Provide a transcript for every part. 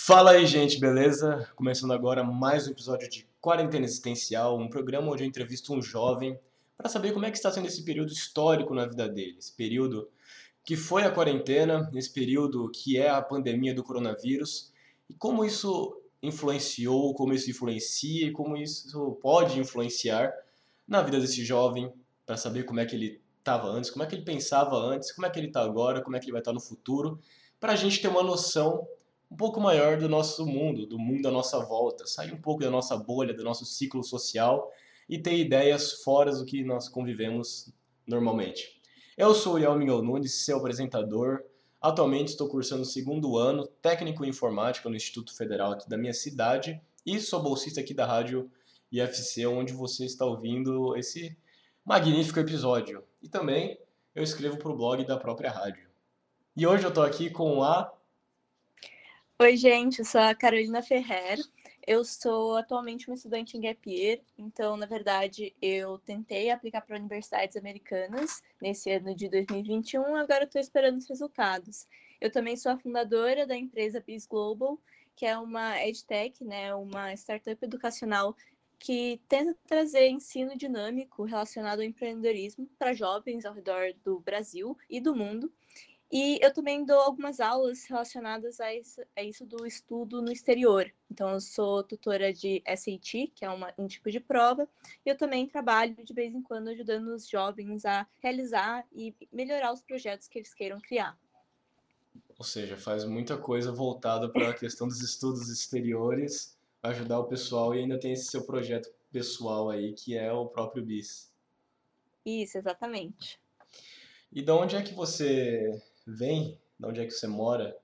Fala aí, gente, beleza? Começando agora mais um episódio de Quarentena Existencial, um programa onde eu entrevisto um jovem para saber como é que está sendo esse período histórico na vida dele, esse período que foi a quarentena, esse período que é a pandemia do coronavírus e como isso influenciou, como isso influencia e como isso pode influenciar na vida desse jovem, para saber como é que ele estava antes, como é que ele pensava antes, como é que ele está agora, como é que ele vai estar no futuro, para a gente ter uma noção um pouco maior do nosso mundo, do mundo à nossa volta, sair um pouco da nossa bolha, do nosso ciclo social e ter ideias fora do que nós convivemos normalmente. Eu sou o Uriel Miguel Nunes, seu apresentador. Atualmente estou cursando o segundo ano, técnico em informática no Instituto Federal aqui da minha cidade e sou bolsista aqui da Rádio IFC, onde você está ouvindo esse magnífico episódio. E também eu escrevo para o blog da própria rádio. E hoje eu estou aqui com a Oi, gente, eu sou a Carolina Ferrer. Eu sou atualmente uma estudante em Gap Year, então, na verdade, eu tentei aplicar para universidades americanas nesse ano de 2021, agora estou esperando os resultados. Eu também sou a fundadora da empresa Biz Global, que é uma EdTech, né, uma startup educacional que tenta trazer ensino dinâmico relacionado ao empreendedorismo para jovens ao redor do Brasil e do mundo. E eu também dou algumas aulas relacionadas a isso do estudo no exterior. Então, eu sou tutora de SAT, que é um tipo de prova, e eu também trabalho de vez em quando ajudando os jovens a realizar e melhorar os projetos que eles queiram criar. Ou seja, faz muita coisa voltada para a questão dos estudos exteriores, ajudar o pessoal e ainda tem esse seu projeto pessoal aí, que é o próprio BIS. Isso, exatamente. E de onde é que você vem? De onde é que você mora?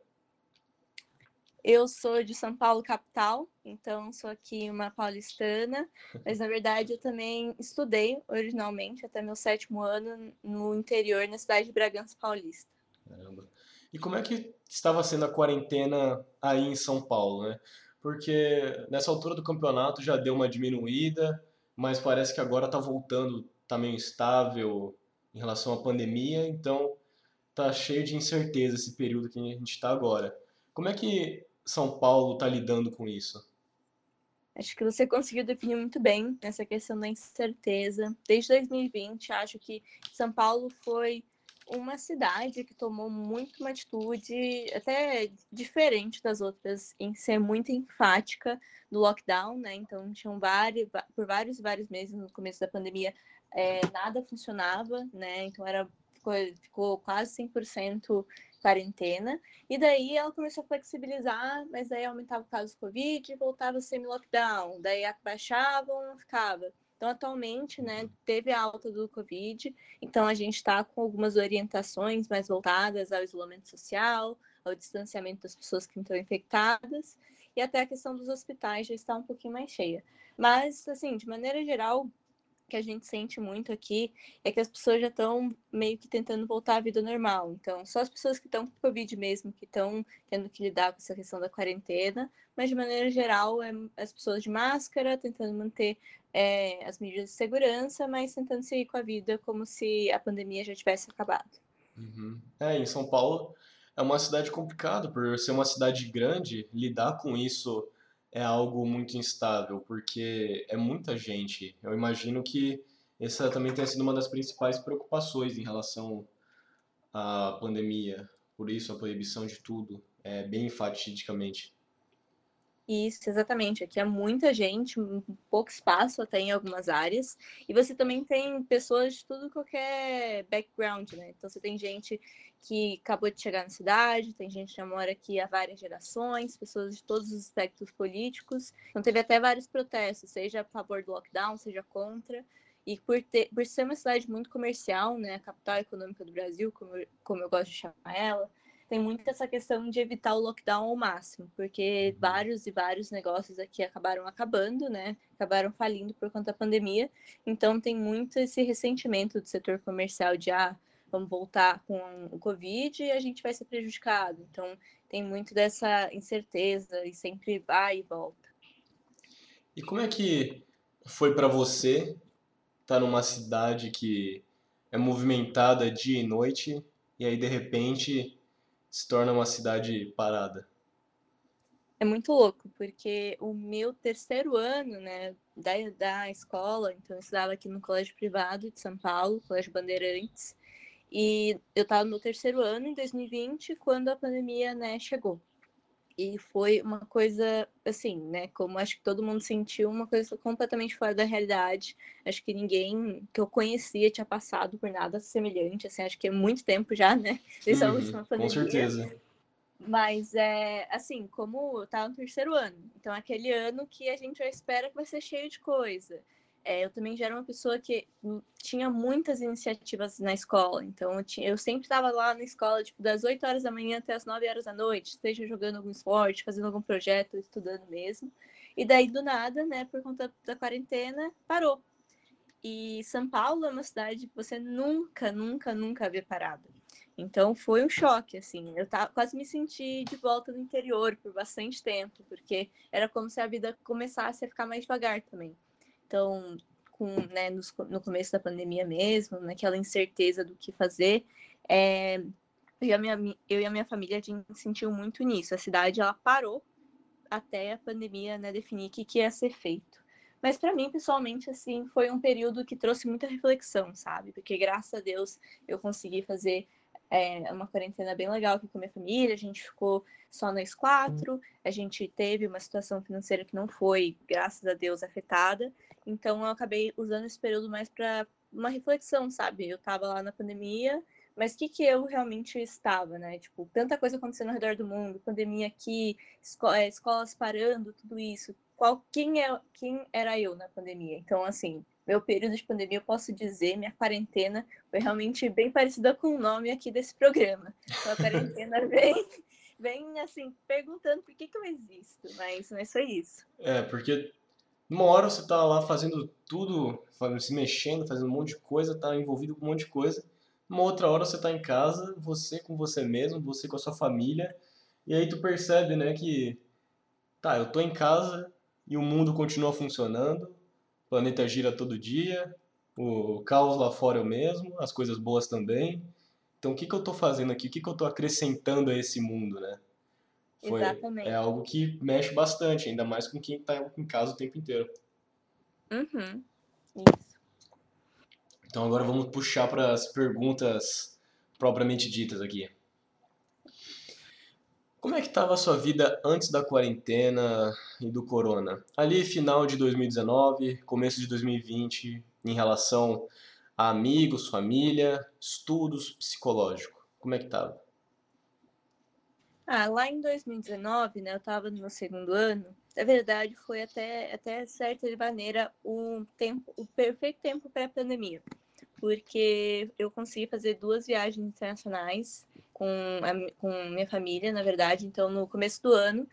Eu sou de São Paulo, capital, então sou aqui uma paulistana, mas na verdade eu também estudei originalmente até meu 7º ano no interior, na cidade de Bragança Paulista. Caramba. E como é que estava sendo a quarentena aí em São Paulo, né? Porque nessa altura do campeonato já deu uma diminuída, mas parece que agora está voltando, está meio instável em relação à pandemia, então tá cheio de incerteza esse período que a gente está agora. Como é que São Paulo está lidando com isso? Acho que você conseguiu definir muito bem essa questão da incerteza. Desde 2020, acho que São Paulo foi uma cidade que tomou muito uma atitude até diferente das outras em ser muito enfática no lockdown, né? Então, tinham por vários meses no começo da pandemia, nada funcionava, né? Então, ficou quase 100% quarentena. E daí ela começou a flexibilizar, mas daí aumentava o caso do Covid e voltava semi-lockdown. Daí baixava ou não ficava. Então, atualmente, né, teve a alta do Covid, então a gente está com algumas orientações mais voltadas ao isolamento social, ao distanciamento das pessoas que estão infectadas, e até a questão dos hospitais já está um pouquinho mais cheia. Mas, assim, de maneira geral, que a gente sente muito aqui é que as pessoas já estão meio que tentando voltar à vida normal. Então, só as pessoas que estão com Covid mesmo, que estão tendo que lidar com essa questão da quarentena, mas de maneira geral, as pessoas de máscara, tentando manter as medidas de segurança, mas tentando seguir com a vida como se a pandemia já tivesse acabado. Uhum. Em São Paulo é uma cidade complicada, por ser uma cidade grande, lidar com isso é algo muito instável, porque é muita gente. Eu imagino que essa também tenha sido uma das principais preocupações em relação à pandemia, por isso a proibição de tudo, é bem fatidicamente. Isso, exatamente. Aqui é muita gente, pouco espaço até em algumas áreas. E você também tem pessoas de tudo qualquer background, né? Então você tem gente que acabou de chegar na cidade, tem gente que já mora aqui há várias gerações, pessoas de todos os espectros políticos. Então teve até vários protestos, seja a favor do lockdown, seja contra. E por ser uma cidade muito comercial, né, a capital econômica do Brasil, como eu gosto de chamar ela, tem muito essa questão de evitar o lockdown ao máximo, porque Uhum. vários e vários negócios aqui acabaram acabando, né? Acabaram falindo por conta da pandemia. Então tem muito esse ressentimento do setor comercial de vamos voltar com o Covid e a gente vai ser prejudicado. Então tem muito dessa incerteza e sempre vai e volta. E como é que foi para você estar numa cidade que é movimentada dia e noite e aí de repente se torna uma cidade parada? É muito louco, porque o meu terceiro ano, né, da escola, então eu estudava aqui no colégio privado de São Paulo, Colégio Bandeirantes, e eu estava no meu terceiro ano, em 2020, quando a pandemia, né, chegou. E foi uma coisa, assim, né, como acho que todo mundo sentiu, uma coisa completamente fora da realidade. Acho que ninguém que eu conhecia tinha passado por nada semelhante, assim, acho que é muito tempo já, né, desde a última Com pandemia. certeza. Mas é assim, como eu tava no terceiro ano, então é aquele ano que a gente já espera que vai ser cheio de coisa. Eu também já era uma pessoa que tinha muitas iniciativas na escola, então eu sempre estava lá na escola, tipo, das 8 horas da manhã até as 9 horas da noite, seja jogando algum esporte, fazendo algum projeto, estudando mesmo. E daí, do nada, né, por conta da quarentena, parou. E São Paulo é uma cidade que você nunca, nunca, nunca vê parada. Então foi um choque, assim. Eu quase me senti de volta no interior por bastante tempo, porque era como se a vida começasse a ficar mais devagar também. Então, né, no começo da pandemia mesmo, naquela incerteza do que fazer, eu e a minha família, a gente sentiu muito nisso. A cidade, ela parou até a pandemia, né, definir o que ia ser feito. Mas para mim, pessoalmente, assim, foi um período que trouxe muita reflexão, sabe? Porque graças a Deus eu consegui fazer uma quarentena bem legal aqui com a minha família. A gente ficou só nós quatro. A gente teve uma situação financeira que não foi, graças a Deus, afetada. Então eu acabei usando esse período mais para uma reflexão, sabe? Eu estava lá na pandemia, mas o que eu realmente estava, né? Tipo, tanta coisa acontecendo ao redor do mundo, pandemia aqui, escolas parando, tudo isso. Quem era eu na pandemia? Então, assim, meu período de pandemia, eu posso dizer, minha quarentena foi realmente bem parecida com o nome aqui desse programa. Então, a quarentena vem assim, perguntando por que eu existo, mas foi isso. Porque uma hora você tá lá fazendo tudo, se mexendo, fazendo um monte de coisa, tá envolvido com um monte de coisa. Uma outra hora você tá em casa, você com você mesmo, você com a sua família, e aí tu percebe, né, que tá, eu tô em casa e o mundo continua funcionando, o planeta gira todo dia, o caos lá fora é o mesmo, as coisas boas também. Então o que que eu tô fazendo aqui? O que que eu tô acrescentando a esse mundo, né? É Exatamente. algo que mexe bastante, ainda mais com quem tá em casa o tempo inteiro. Uhum, isso. Então agora vamos puxar para as perguntas propriamente ditas aqui. Como é que estava a sua vida antes da quarentena e do corona? Ali final de 2019, começo de 2020, em relação a amigos, família, estudos, psicológico. Como é que estava? Lá em 2019, né, eu estava no meu segundo ano. Na verdade, foi até certa maneira o perfeito tempo pré-pandemia, porque eu consegui fazer 2 viagens internacionais com minha família, na verdade. Então, no começo do ano,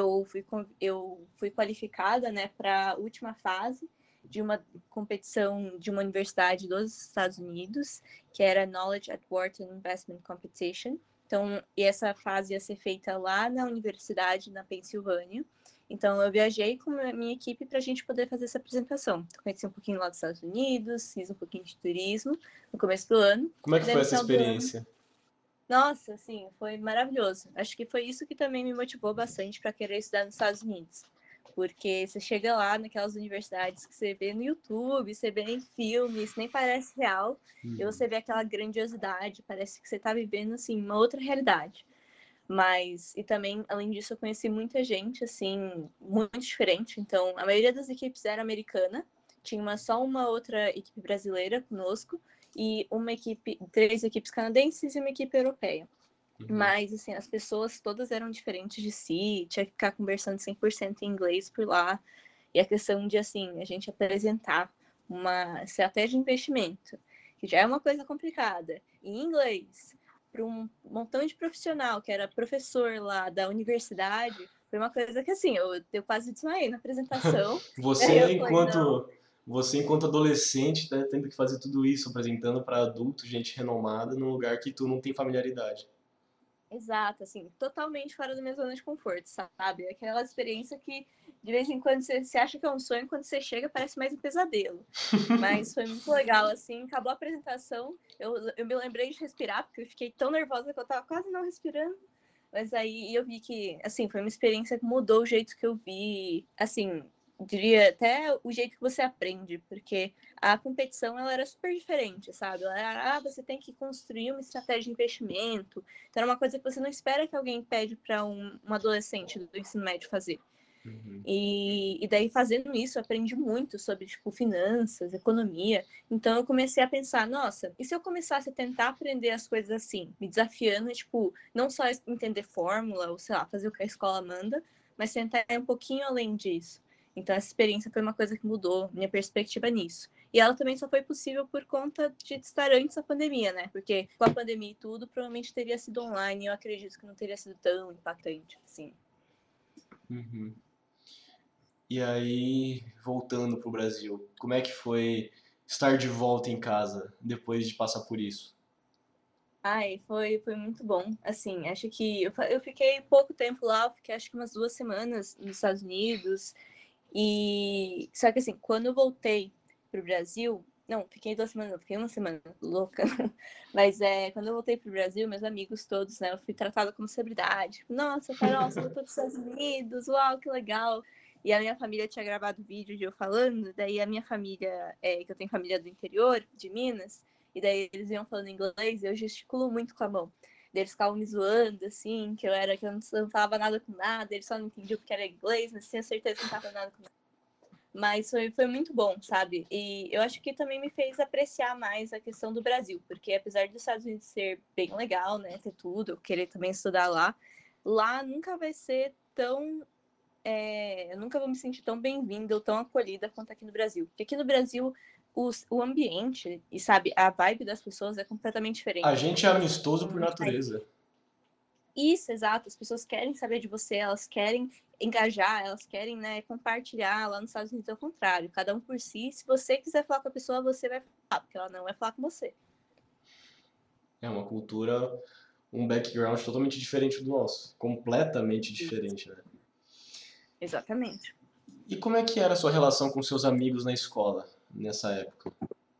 eu fui qualificada, né, para a última fase de uma competição de uma universidade dos Estados Unidos, que era Knowledge at Wharton Investment Competition. Então, e essa fase ia ser feita lá na universidade, na Pensilvânia. Então, eu viajei com a minha equipe para a gente poder fazer essa apresentação. Então, conheci um pouquinho lá dos Estados Unidos, fiz um pouquinho de turismo no começo do ano. Como é E que daí, foi no essa final do ano, experiência? nossa, assim, foi maravilhoso. Acho que foi isso que também me motivou bastante para querer estudar nos Estados Unidos. Porque você chega lá naquelas universidades que você vê no YouTube, você vê em filmes, nem parece real, e você vê aquela grandiosidade, parece que você está vivendo, assim, uma outra realidade. Mas, e também, além disso, eu conheci muita gente, assim, muito diferente. Então, a maioria das equipes era americana, tinha só uma outra equipe brasileira conosco, e 3 equipes canadenses e uma equipe europeia. Uhum. Mas, assim, as pessoas todas eram diferentes de si, tinha que ficar conversando 100% em inglês por lá. E a questão de, assim, a gente apresentar uma estratégia de investimento, que já é uma coisa complicada, em inglês, para um montão de profissional que era professor lá da universidade, foi uma coisa que, assim, eu quase desmaiei na apresentação. Daí Você eu falei, não. enquanto você enquanto adolescente, tá tendo que fazer tudo isso, apresentando para adultos, gente renomada, num lugar que tu não tem familiaridade. Exato, assim, totalmente fora da minha zona de conforto, sabe? Aquela experiência que de vez em quando você acha que é um sonho, quando você chega parece mais um pesadelo. Mas foi muito legal, assim, acabou a apresentação, eu me lembrei de respirar, porque eu fiquei tão nervosa que eu tava quase não respirando. Mas aí eu vi que, assim, foi uma experiência que mudou o jeito que eu vi, assim, diria até o jeito que você aprende, porque a competição, ela era super diferente, sabe? Ela era, você tem que construir uma estratégia de investimento. Então, era uma coisa que você não espera que alguém pede para um adolescente do ensino médio fazer. Uhum. E daí, fazendo isso, eu aprendi muito sobre, tipo, finanças, economia. Então, eu comecei a pensar, nossa, e se eu começasse a tentar aprender as coisas assim, me desafiando, tipo, não só entender fórmula, ou sei lá, fazer o que a escola manda, mas tentar ir um pouquinho além disso. Então, essa experiência foi uma coisa que mudou minha perspectiva nisso. E ela também só foi possível por conta de estar antes da pandemia, né? Porque com a pandemia e tudo, provavelmente teria sido online, e eu acredito que não teria sido tão impactante, assim. Uhum. E aí, voltando pro Brasil, como é que foi estar de volta em casa depois de passar por isso? Ai, foi muito bom. Assim, acho que eu fiquei pouco tempo lá, eu fiquei acho que umas 2 semanas nos Estados Unidos. E só que assim, quando eu voltei pro Brasil, não, fiquei 2 semanas, não, fiquei uma semana, louca. Mas quando eu voltei pro Brasil, meus amigos todos, né, eu fui tratada como celebridade. Nossa, Carol, você voltou pros Estados Unidos, uau, que legal. E a minha família tinha gravado vídeo de eu falando, daí a minha família, que eu tenho família do interior, de Minas, e daí eles iam falando inglês e eu gesticulo muito com a mão. Daí eles ficavam me zoando, assim, que eu não falava nada com nada, eles só não entendiam porque era inglês, mas tinha certeza que não estava falando nada com nada. Mas foi muito bom, sabe? E eu acho que também me fez apreciar mais a questão do Brasil, porque apesar dos Estados Unidos ser bem legal, né, ter tudo, eu querer também estudar lá, lá nunca vai ser tão eu nunca vou me sentir tão bem-vinda ou tão acolhida quanto aqui no Brasil. Porque aqui no Brasil, o ambiente e, sabe, a vibe das pessoas é completamente A diferente. gente é As amistoso pessoas por são muito mais... natureza. Isso, exato. As pessoas querem saber de você, elas querem engajar, elas querem, né, compartilhar. Lá nos Estados Unidos é o contrário. Cada um por si. Se você quiser falar com a pessoa, você vai falar, porque ela não vai falar com você. É uma cultura, um background totalmente diferente do nosso. Completamente Isso. diferente, né? Exatamente. E como é que era a sua relação com seus amigos na escola nessa época?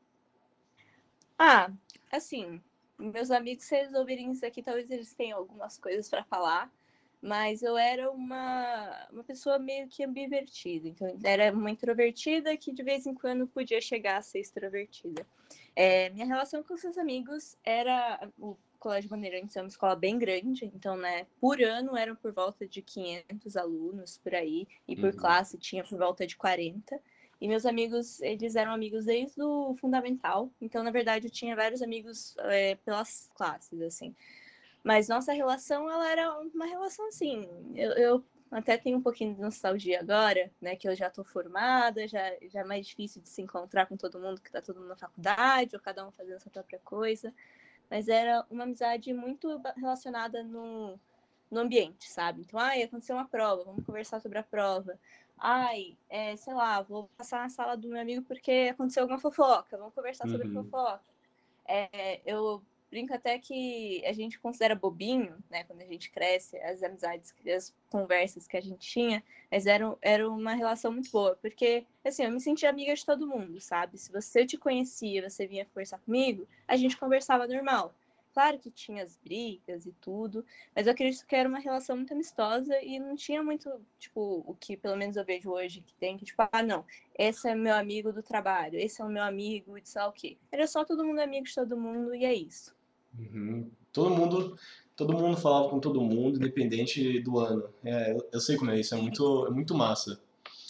Ah, assim, meus amigos, se eles ouvirem isso aqui, talvez eles tenham algumas coisas para falar, mas eu era uma pessoa meio que ambivertida. Então, era uma introvertida que de vez em quando podia chegar a ser extrovertida. Minha relação com os meus amigos era. O Colégio Bandeirantes é uma escola bem grande, então, né, por ano eram por volta de 500 alunos por aí, e por Uhum. classe tinha por volta de 40. E meus amigos, eles eram amigos desde o fundamental. Então, na verdade, eu tinha vários amigos pelas classes, assim. Mas nossa relação, ela era uma relação assim. Eu até tenho um pouquinho de nostalgia agora, né? Que eu já tô formada, já é mais difícil de se encontrar com todo mundo, que tá todo mundo na faculdade, ou cada um fazendo a sua própria coisa. Mas era uma amizade muito relacionada no ambiente, sabe? Então, aconteceu uma prova, vamos conversar sobre a prova. Sei lá, vou passar na sala do meu amigo porque aconteceu alguma fofoca, vamos conversar sobre a Uhum. fofoca. Eu brinco até que a gente considera bobinho, né, quando a gente cresce, as amizades, as conversas que a gente tinha, mas era uma relação muito boa, porque, assim, eu me sentia amiga de todo mundo, sabe? Se você te conhecia, você vinha conversar comigo, a gente conversava normal. Claro que tinha as brigas e tudo, mas eu acredito que era uma relação muito amistosa e não tinha muito, tipo, o que pelo menos eu vejo hoje que tem, que tipo, não, esse é meu amigo do trabalho, esse é o meu amigo de sei lá o quê. Era só todo mundo amigo de todo mundo e é isso. Uhum. Todo mundo falava com todo mundo, independente do ano. Eu sei como é isso, é muito massa.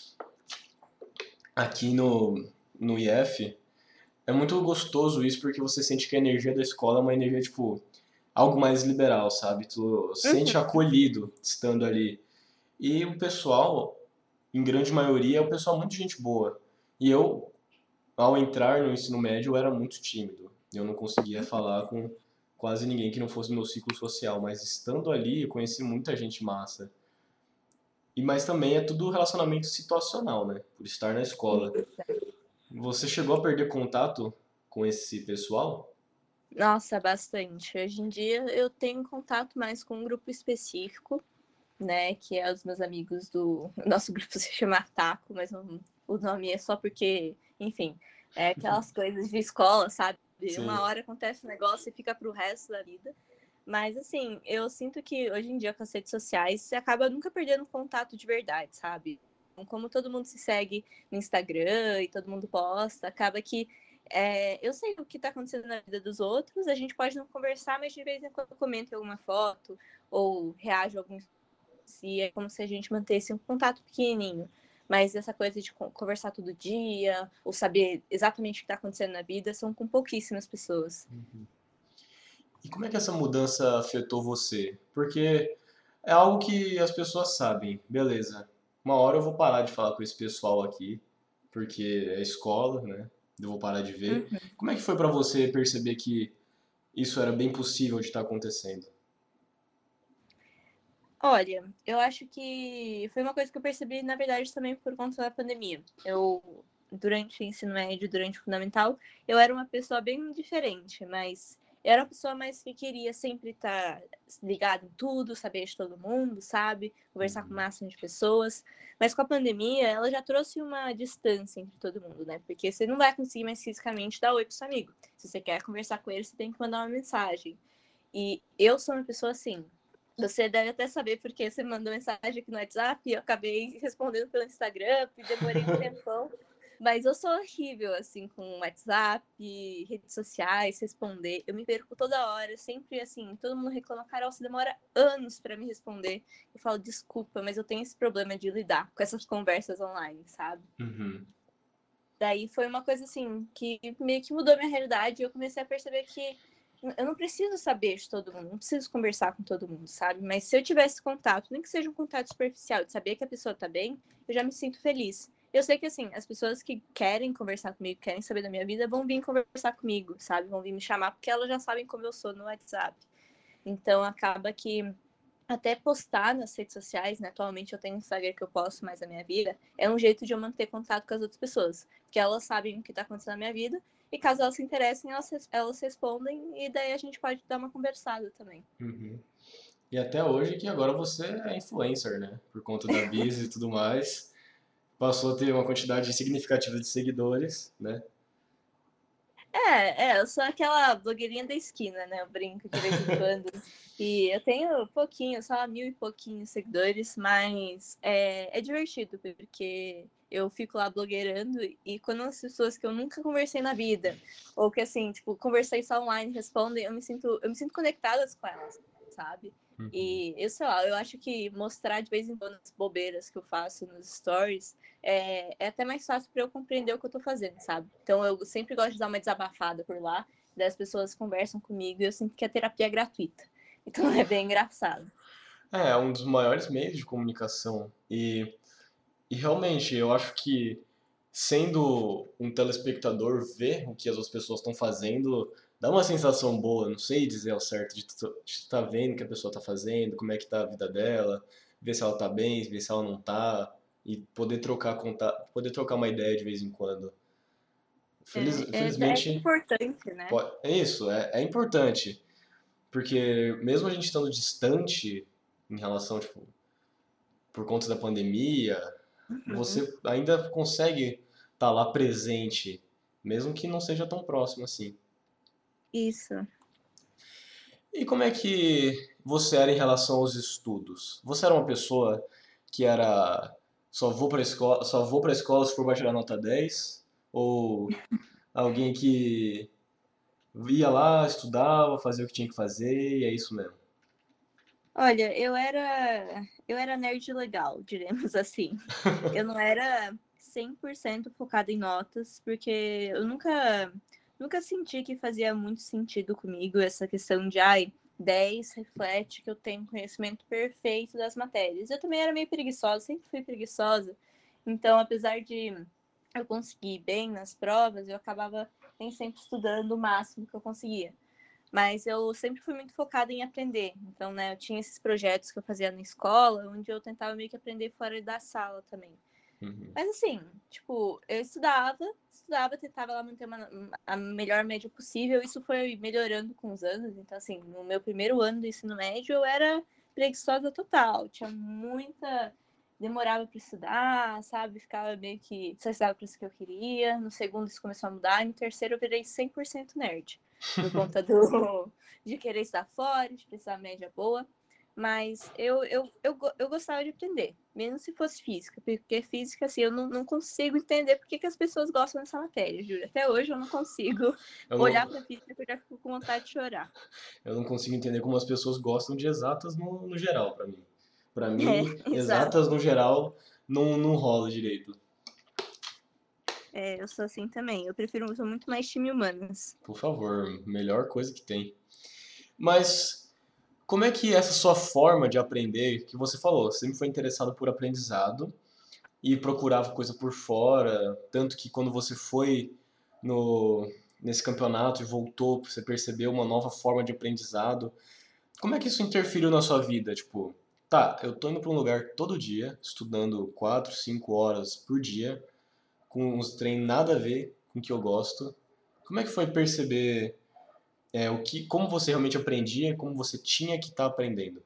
Aqui no IF, é muito gostoso isso porque você sente que a energia da escola é uma energia, tipo, algo mais liberal, sabe? Tu se Uhum. sente acolhido estando ali. E o pessoal, em grande maioria, é um pessoal muito gente boa. E eu, ao entrar no ensino médio, eu era muito tímido. Eu não conseguia falar com quase ninguém que não fosse do meu ciclo social, mas estando ali, eu conheci muita gente massa. Mas também é tudo relacionamento situacional, né? Por estar na escola. Você chegou a perder contato com esse pessoal? Nossa, bastante. Hoje em dia eu tenho contato mais com um grupo específico, né? Que é os meus amigos do. O nosso grupo se chama Taco, mas o nome é só porque, enfim, aquelas coisas de escola, sabe? Uma Sim. hora acontece um negócio e fica pro resto da vida. Mas, assim, eu sinto que hoje em dia com as redes sociais, você acaba nunca perdendo contato de verdade, sabe? Então, como todo mundo se segue no Instagram e todo mundo posta, acaba que eu sei o que tá acontecendo na vida dos outros, a gente pode não conversar, mas de vez em quando eu comento alguma foto ou reajo a algum se é como se a gente mantesse um contato pequenininho. Mas essa coisa de conversar todo dia, ou saber exatamente o que está acontecendo na vida, são com pouquíssimas pessoas. E como é que essa mudança afetou você? Porque é algo que as pessoas sabem, beleza. Uma hora eu vou parar de falar com esse pessoal aqui, porque é escola, né? Eu vou parar de ver. Uhum. Como é que foi pra você perceber que isso era bem possível de estar acontecendo? Olha, eu acho que foi uma coisa que eu percebi, na verdade, também por conta da pandemia. Durante o ensino médio, durante o fundamental, eu era uma pessoa bem diferente, mas eu era uma pessoa mais que queria sempre estar ligada em tudo, saber de todo mundo, sabe? Conversar com o Uhum. máximo de pessoas. Mas com a pandemia, ela já trouxe uma distância entre todo mundo, né? Porque você não vai conseguir mais fisicamente dar oi pro seu amigo. Se você quer conversar com ele, você tem que mandar uma mensagem. E eu sou uma pessoa assim. Você deve até saber porque você mandou mensagem aqui no WhatsApp e eu acabei respondendo pelo Instagram e demorei um tempão. Mas eu sou horrível, assim, com WhatsApp, redes sociais, responder. Eu me perco toda hora, sempre assim. Todo mundo reclama, Carol, você demora anos para me responder. Eu falo, desculpa, mas eu tenho esse problema de lidar com essas conversas online, sabe? Uhum. Daí foi uma coisa assim que meio que mudou a minha realidade e eu comecei a perceber que eu não preciso saber de todo mundo, não preciso conversar com todo mundo, sabe? Mas se eu tivesse contato, nem que seja um contato superficial, de saber que a pessoa tá bem, eu já me sinto feliz. Eu sei que, assim, as pessoas que querem conversar comigo, querem saber da minha vida, vão vir conversar comigo, sabe? Vão vir me chamar porque elas já sabem como eu sou no WhatsApp. Então, acaba que até postar nas redes sociais, né? Atualmente eu tenho um Instagram que eu posto mais a minha vida, é um jeito de eu manter contato com as outras pessoas, porque elas sabem o que está acontecendo na minha vida, e caso elas se interessem, elas respondem, e daí a gente pode dar uma conversada também. Uhum. E até hoje que agora você é influencer, né? Por conta da Biz e tudo mais. Passou a ter uma quantidade significativa de seguidores, né? Eu sou aquela blogueirinha da esquina, né? Eu brinco de vez em quando. E eu tenho pouquinho, só 1.000 e pouquinhos seguidores, mas é divertido, porque eu fico lá blogueirando e quando as pessoas que eu nunca conversei na vida, ou que assim, tipo, conversei só online, respondem, eu me sinto conectada com elas, sabe? Uhum. E eu sei lá, eu acho que mostrar de vez em quando as bobeiras que eu faço nos stories é até mais fácil para eu compreender o que eu tô fazendo, sabe? Então eu sempre gosto de dar uma desabafada por lá, daí as pessoas conversam comigo e eu sinto que a terapia é gratuita. Então é bem engraçado. É um dos maiores meios de comunicação. E realmente, eu acho que sendo um telespectador, ver o que as outras pessoas estão fazendo dá uma sensação boa. Não sei dizer ao certo de estar vendo o que a pessoa está fazendo, como é que tá a vida dela, ver se ela tá bem, ver se ela não tá, e poder trocar contato, poder trocar uma ideia de vez em quando. É Infelizmente, importante, né? é isso, é importante. Porque mesmo a gente estando distante em relação, tipo, por conta da pandemia, Uhum. você ainda consegue estar lá presente, mesmo que não seja tão próximo assim. Isso. E como é que você era em relação aos estudos? Você era uma pessoa que era só vou para escola se for para tirar nota 10? Ou alguém que ia lá, estudava, fazia o que tinha que fazer e é isso mesmo? Olha, eu era nerd legal, diremos assim. Eu não era 100% focada em notas, porque eu nunca senti que fazia muito sentido comigo essa questão de, 10 reflete que eu tenho conhecimento perfeito das matérias. Eu também era meio preguiçosa, sempre fui preguiçosa. Então, apesar de eu conseguir ir bem nas provas, eu acabava nem sempre estudando o máximo que eu conseguia. Mas eu sempre fui muito focada em aprender. Então, né, eu tinha esses projetos que eu fazia na escola, onde eu tentava meio que aprender fora da sala também. Uhum. Mas assim, tipo, eu estudava, tentava lá manter a melhor média possível. Isso foi melhorando com os anos. Então, assim, no meu primeiro ano do ensino médio, eu era preguiçosa total. Tinha muita. Demorava para estudar, sabe? Ficava meio que só estudava para isso que eu queria. No segundo, isso começou a mudar. E no terceiro, eu virei 100% nerd. por conta de querer estar fora, de precisar média boa. Mas eu gostava de aprender, mesmo se fosse física, porque física, assim, eu não consigo entender por que as pessoas gostam dessa matéria, juro. Até hoje eu não consigo Eu olhar não, para física e eu já fico com vontade de chorar. eu não consigo entender como as pessoas gostam de exatas no geral, pra mim. Pra É, mim, exato. exatas no geral não rola direito. É, eu sou assim também. Eu sou muito mais time humanas. Por favor, melhor coisa que tem. Mas como é que essa sua forma de aprender, que você falou, sempre foi interessado por aprendizado e procurava coisa por fora, tanto que quando você foi no, nesse campeonato e voltou, você percebeu uma nova forma de aprendizado. Como é que isso interferiu na sua vida? Tipo, tá, eu tô indo para um lugar todo dia, estudando 4, 5 horas por dia, com uns treinos nada a ver com o que eu gosto. Como é que foi perceber como você realmente aprendia, como você tinha que estar aprendendo?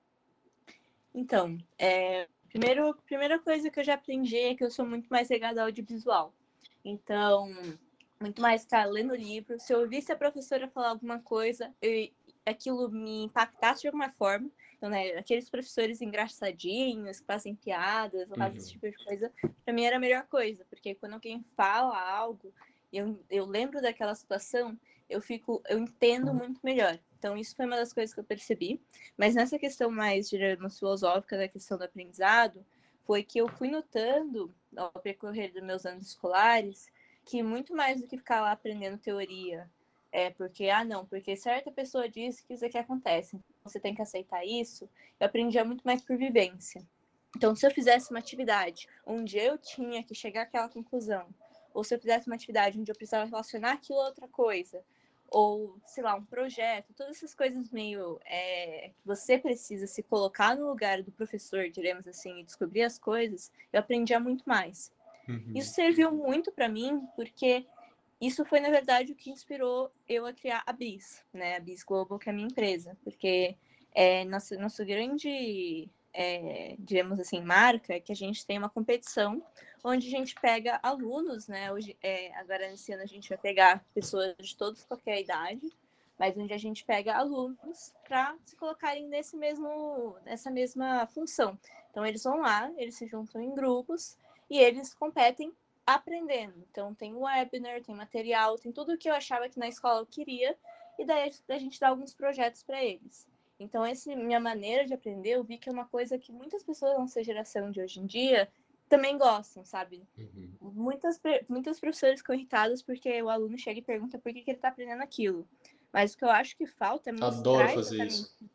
Então, primeira coisa que eu já aprendi é que eu sou muito mais ligada ao audiovisual. Então, muito mais ficar lendo livro. Se eu ouvisse a professora falar alguma coisa, aquilo me impactasse de alguma forma. Então, né, aqueles professores engraçadinhos, que fazem piadas, ou fazem esse Uhum. tipo de coisa, para mim era a melhor coisa, porque quando alguém fala algo, eu lembro daquela situação, eu entendo muito melhor. Então, isso foi uma das coisas que eu percebi. Mas nessa questão mais, digamos, filosófica da questão do aprendizado, foi que eu fui notando, ao percorrer dos meus anos escolares, que muito mais do que ficar lá aprendendo teoria, porque certa pessoa disse que isso aqui acontece, então você tem que aceitar isso, eu aprendia muito mais por vivência. Então, se eu fizesse uma atividade onde eu tinha que chegar àquela conclusão, ou se eu fizesse uma atividade onde eu precisava relacionar aquilo a outra coisa, ou, sei lá, um projeto, todas essas coisas meio que você precisa se colocar no lugar do professor, diremos assim, e descobrir as coisas, eu aprendia muito mais. Uhum. Isso serviu muito para mim, porque isso foi, na verdade, o que inspirou eu a criar a BIS, né? A BIS Global, que é a minha empresa, porque nosso grande, digamos assim, marca é que a gente tem uma competição onde a gente pega alunos, né? Hoje, agora nesse ano a gente vai pegar pessoas de todos qualquer idade, mas onde a gente pega alunos para se colocarem nessa mesma função. Então eles vão lá, eles se juntam em grupos e eles competem aprendendo. Então, tem webinar, tem material, tem tudo o que eu achava que na escola eu queria, e daí a gente dá alguns projetos para eles. Então, essa minha maneira de aprender, eu vi que é uma coisa que muitas pessoas da nossa geração de hoje em dia também gostam, sabe? Uhum. Muitas professoras ficam irritadas porque o aluno chega e pergunta por que ele está aprendendo aquilo. Mas o que eu acho que falta é Adoro mostrar fazer exatamente. isso.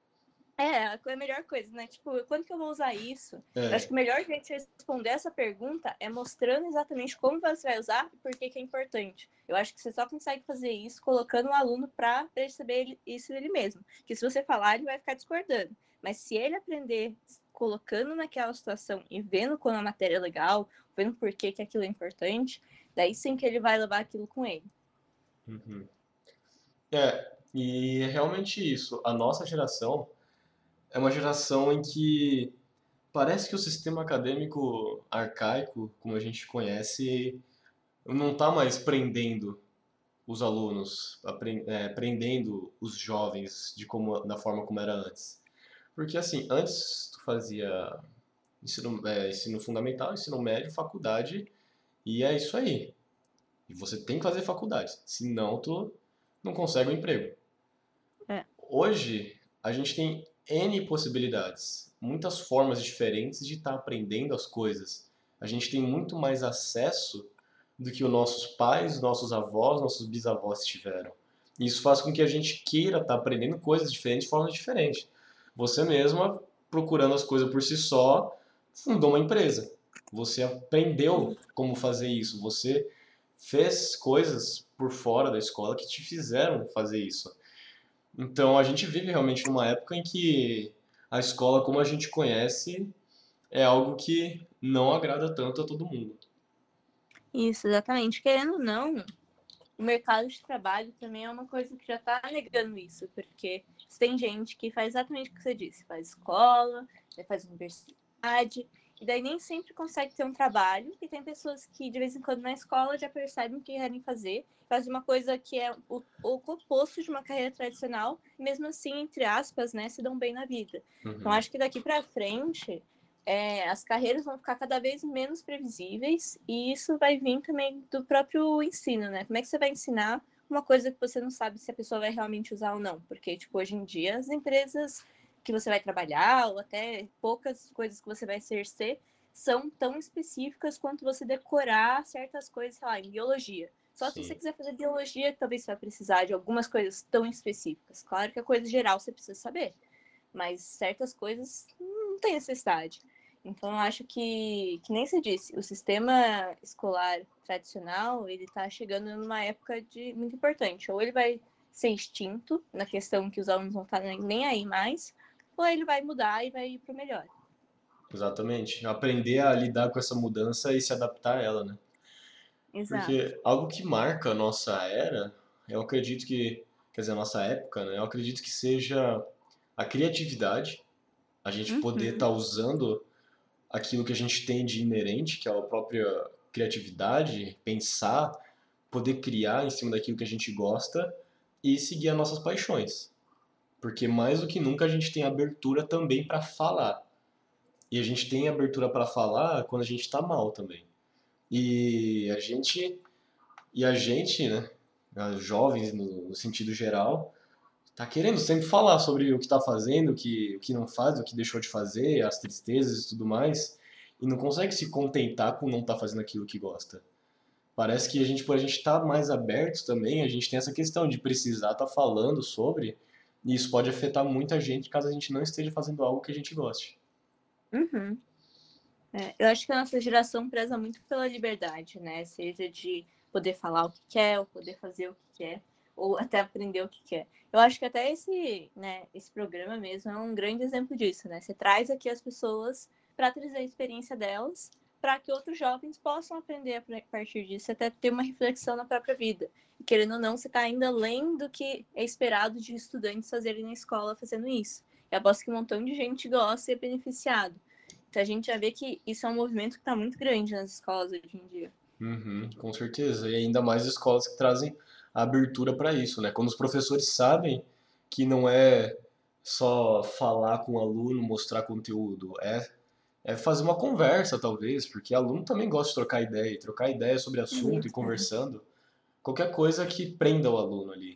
É a melhor coisa, né? Tipo, quando que eu vou usar isso? Eu acho É, que o melhor jeito de responder essa pergunta é mostrando exatamente como você vai usar e por que é importante. Eu acho que você só consegue fazer isso colocando o aluno para perceber isso dele mesmo. Que se você falar, ele vai ficar discordando. Mas se ele aprender colocando naquela situação e vendo quando a matéria é legal, vendo por que aquilo é importante, daí sim que ele vai levar aquilo com ele. uhum. E é realmente isso. A nossa geração é uma geração em que parece que o sistema acadêmico arcaico, como a gente conhece, não está mais prendendo os alunos, prendendo os jovens da forma como era antes. Porque assim, antes tu fazia ensino fundamental, ensino médio, faculdade, e é isso aí. E você tem que fazer faculdade, senão tu não consegue um emprego. É. Hoje, a gente tem N possibilidades, muitas formas diferentes de estar aprendendo as coisas. A gente tem muito mais acesso do que os nossos pais, nossos avós, nossos bisavós tiveram. Isso faz com que a gente queira estar aprendendo coisas diferentes de formas diferentes. Você mesma, procurando as coisas por si só, fundou uma empresa. Você aprendeu como fazer isso. Você fez coisas por fora da escola que te fizeram fazer isso. Então a gente vive realmente numa época em que a escola, como a gente conhece, é algo que não agrada tanto a todo mundo. Isso, exatamente. Querendo ou não, o mercado de trabalho também é uma coisa que já está negando isso, porque tem gente que faz exatamente o que você disse, faz escola, faz universidade, e daí nem sempre consegue ter um trabalho, e tem pessoas que de vez em quando na escola já percebem o que querem fazer, fazem uma coisa que é o oposto de uma carreira tradicional, e mesmo assim, entre aspas, né, se dão bem na vida. Então Uhum. acho que daqui para frente as carreiras vão ficar cada vez menos previsíveis, e isso vai vir também do próprio ensino, né? Como é que você vai ensinar uma coisa que você não sabe se a pessoa vai realmente usar ou não? Porque, tipo, hoje em dia, as empresas que você vai trabalhar, ou até poucas coisas que você vai exercer, são tão específicas quanto você decorar certas coisas, sei lá, em biologia. Só se você Sim. quiser fazer biologia, talvez você vai precisar de algumas coisas tão específicas. Claro que a coisa geral você precisa saber, mas certas coisas não tem necessidade. Então, eu acho que nem se disse, o sistema escolar tradicional, ele está chegando numa época muito importante. Ou ele vai ser extinto, na questão que os alunos vão estar nem aí mais, ou ele vai mudar e vai ir para o melhor. Exatamente. Aprender a lidar com essa mudança e se adaptar a ela, né? Exato. Porque algo que marca a nossa era, eu acredito que, quer dizer, a nossa época, né? Eu acredito que seja a criatividade, a gente poder estar Uhum. usando aquilo que a gente tem de inerente, que é a própria criatividade, pensar, poder criar em cima daquilo que a gente gosta e seguir as nossas paixões. Porque mais do que nunca a gente tem abertura também para falar. E a gente tem abertura para falar quando a gente está mal também. E a gente, né, os jovens no sentido geral, tá querendo sempre falar sobre o que tá fazendo, o que não faz, o que deixou de fazer, as tristezas e tudo mais, e não consegue se contentar com não estar fazendo aquilo que gosta. Parece que por a gente estar mais aberto também, a gente tem essa questão de precisar estar falando sobre, e isso pode afetar muita gente caso a gente não esteja fazendo algo que a gente goste. Uhum. Eu acho que a nossa geração preza muito pela liberdade, né? Seja de poder falar o que quer, ou poder fazer o que quer, ou até aprender o que quer. Eu acho que até esse programa mesmo é um grande exemplo disso, né? Você traz aqui as pessoas para trazer a experiência delas, para que outros jovens possam aprender a partir disso, até ter uma reflexão na própria vida. E querendo ou não, você está ainda além do que é esperado de estudantes fazerem na escola fazendo isso. Eu aposto que um montão de gente gosta e é beneficiado. Então a gente já vê que isso é um movimento que está muito grande nas escolas hoje em dia. Uhum, com certeza. E ainda mais escolas que trazem a abertura para isso, né? Quando os professores sabem que não é só falar com o aluno, mostrar conteúdo, é fazer uma conversa, talvez, porque aluno também gosta de trocar ideia, e trocar ideia sobre assunto e Isso, conversando, qualquer coisa que prenda o aluno ali.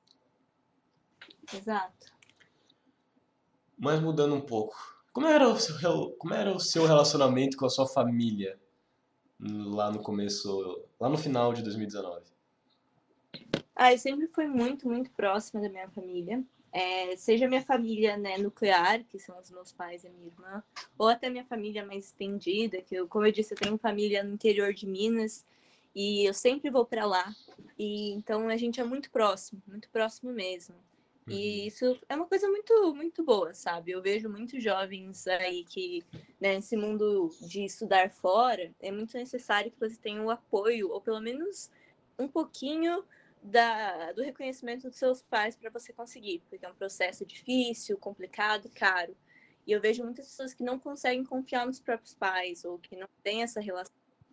exato. Mas mudando um pouco, como era o seu relacionamento com a sua família lá no começo, lá no final de 2019? Eu sempre fui muito, muito próxima da minha família. Seja minha família, né, nuclear, que são os meus pais e a minha irmã, ou até minha família mais estendida, que como eu disse, eu tenho família no interior de Minas e eu sempre vou para lá. E então a gente é muito próximo mesmo. Uhum. E isso é uma coisa muito, muito boa, sabe? Eu vejo muitos jovens aí que, né, nesse mundo de estudar fora, é muito necessário que você tenha o apoio, ou pelo menos um pouquinho do reconhecimento dos seus pais para você conseguir, porque é um processo difícil, complicado, caro. E eu vejo muitas pessoas que não conseguem confiar nos próprios pais, ou que não têm essa relação.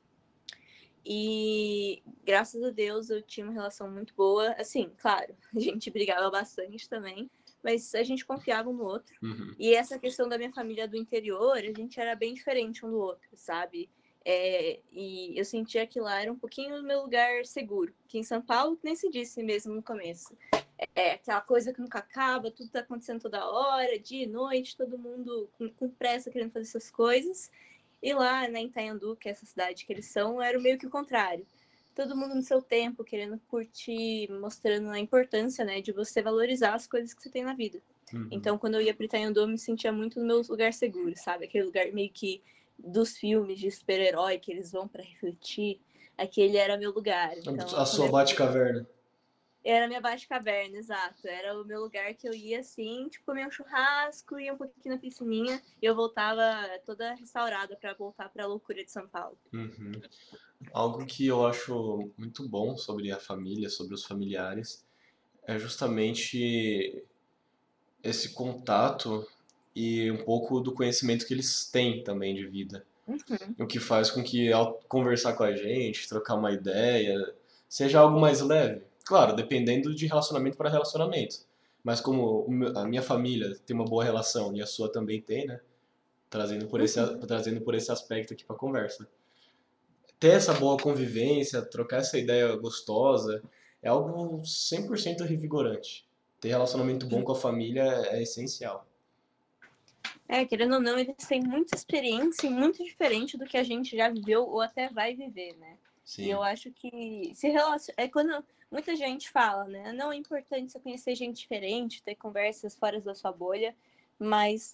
E graças a Deus eu tinha uma relação muito boa. Assim, claro, a gente brigava bastante também, mas a gente confiava um no outro. Uhum. E essa questão da minha família do interior, a gente era bem diferente um do outro, sabe? E eu sentia que lá era um pouquinho o meu lugar seguro. Que em São Paulo, que nem se disse mesmo no começo. Aquela coisa que nunca acaba, tudo tá acontecendo toda hora, dia e noite, todo mundo com pressa querendo fazer essas coisas. E lá, né, em Itaiandu, que é essa cidade que eles são, era meio que o contrário. Todo mundo no seu tempo, querendo curtir, mostrando a importância, né, de você valorizar as coisas que você tem na vida. Uhum. Então, quando eu ia para Itaiandu, eu me sentia muito no meu lugar seguro, sabe? Aquele lugar meio que dos filmes de super-herói que eles vão para refletir. Aquele era meu lugar. Então, A quando sua eu Batcaverna. era minha Batcaverna, exato. Era o meu lugar que eu ia assim, tipo, comer um churrasco, ia um pouquinho na piscininha e eu voltava toda restaurada para voltar para a loucura de São Paulo. Uhum. Algo que eu acho muito bom sobre a família, sobre os familiares, é justamente esse contato e um pouco do conhecimento que eles têm também de vida. Uhum. O que faz com que ao conversar com a gente, trocar uma ideia, seja algo mais leve. Claro, dependendo de relacionamento para relacionamento. Mas como a minha família tem uma boa relação e a sua também tem, né? Uhum. Trazendo por esse aspecto aqui para conversa. Ter essa boa convivência, trocar essa ideia gostosa, é algo 100% revigorante. Ter relacionamento bom E, com a família é essencial. querendo ou não, eles têm muita experiência e muito diferente do que a gente já viveu ou até vai viver, né? E eu Sim. acho que se relaciona... é quando muita gente fala, né? Não é importante você conhecer gente diferente, ter conversas fora da sua bolha, mas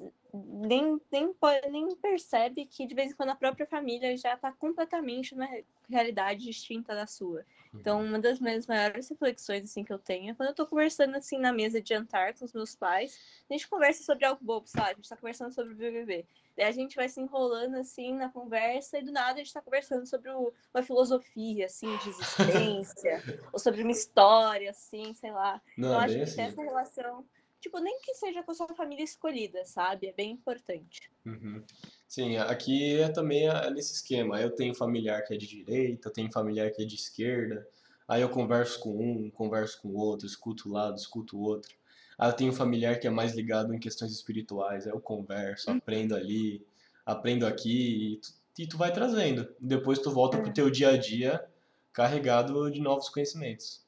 nem percebe que de vez em quando a própria família já está completamente numa realidade distinta da sua. Então, Uhum. uma das minhas maiores reflexões assim que eu tenho é quando eu tô conversando assim na mesa de jantar com os meus pais, a gente conversa sobre algo bobo, sabe? A gente tá conversando sobre o BBB. Daí a gente vai se enrolando assim na conversa e do nada a gente tá conversando sobre uma filosofia assim de existência ou sobre uma história assim, sei lá. Não, Então é acho bem que ter assim. essa relação, tipo, nem que seja com a sua família escolhida, sabe? É bem importante. Uhum. Sim, aqui é também nesse esquema. Eu tenho familiar que é de direita, eu tenho familiar que é de esquerda. Aí eu converso com um, converso com o outro, escuto o lado, escuto o outro. Aí eu tenho familiar que é mais ligado em questões espirituais. Aí eu converso, aprendo ali, aprendo aqui e tu vai trazendo. Depois tu volta pro teu dia a dia carregado de novos conhecimentos.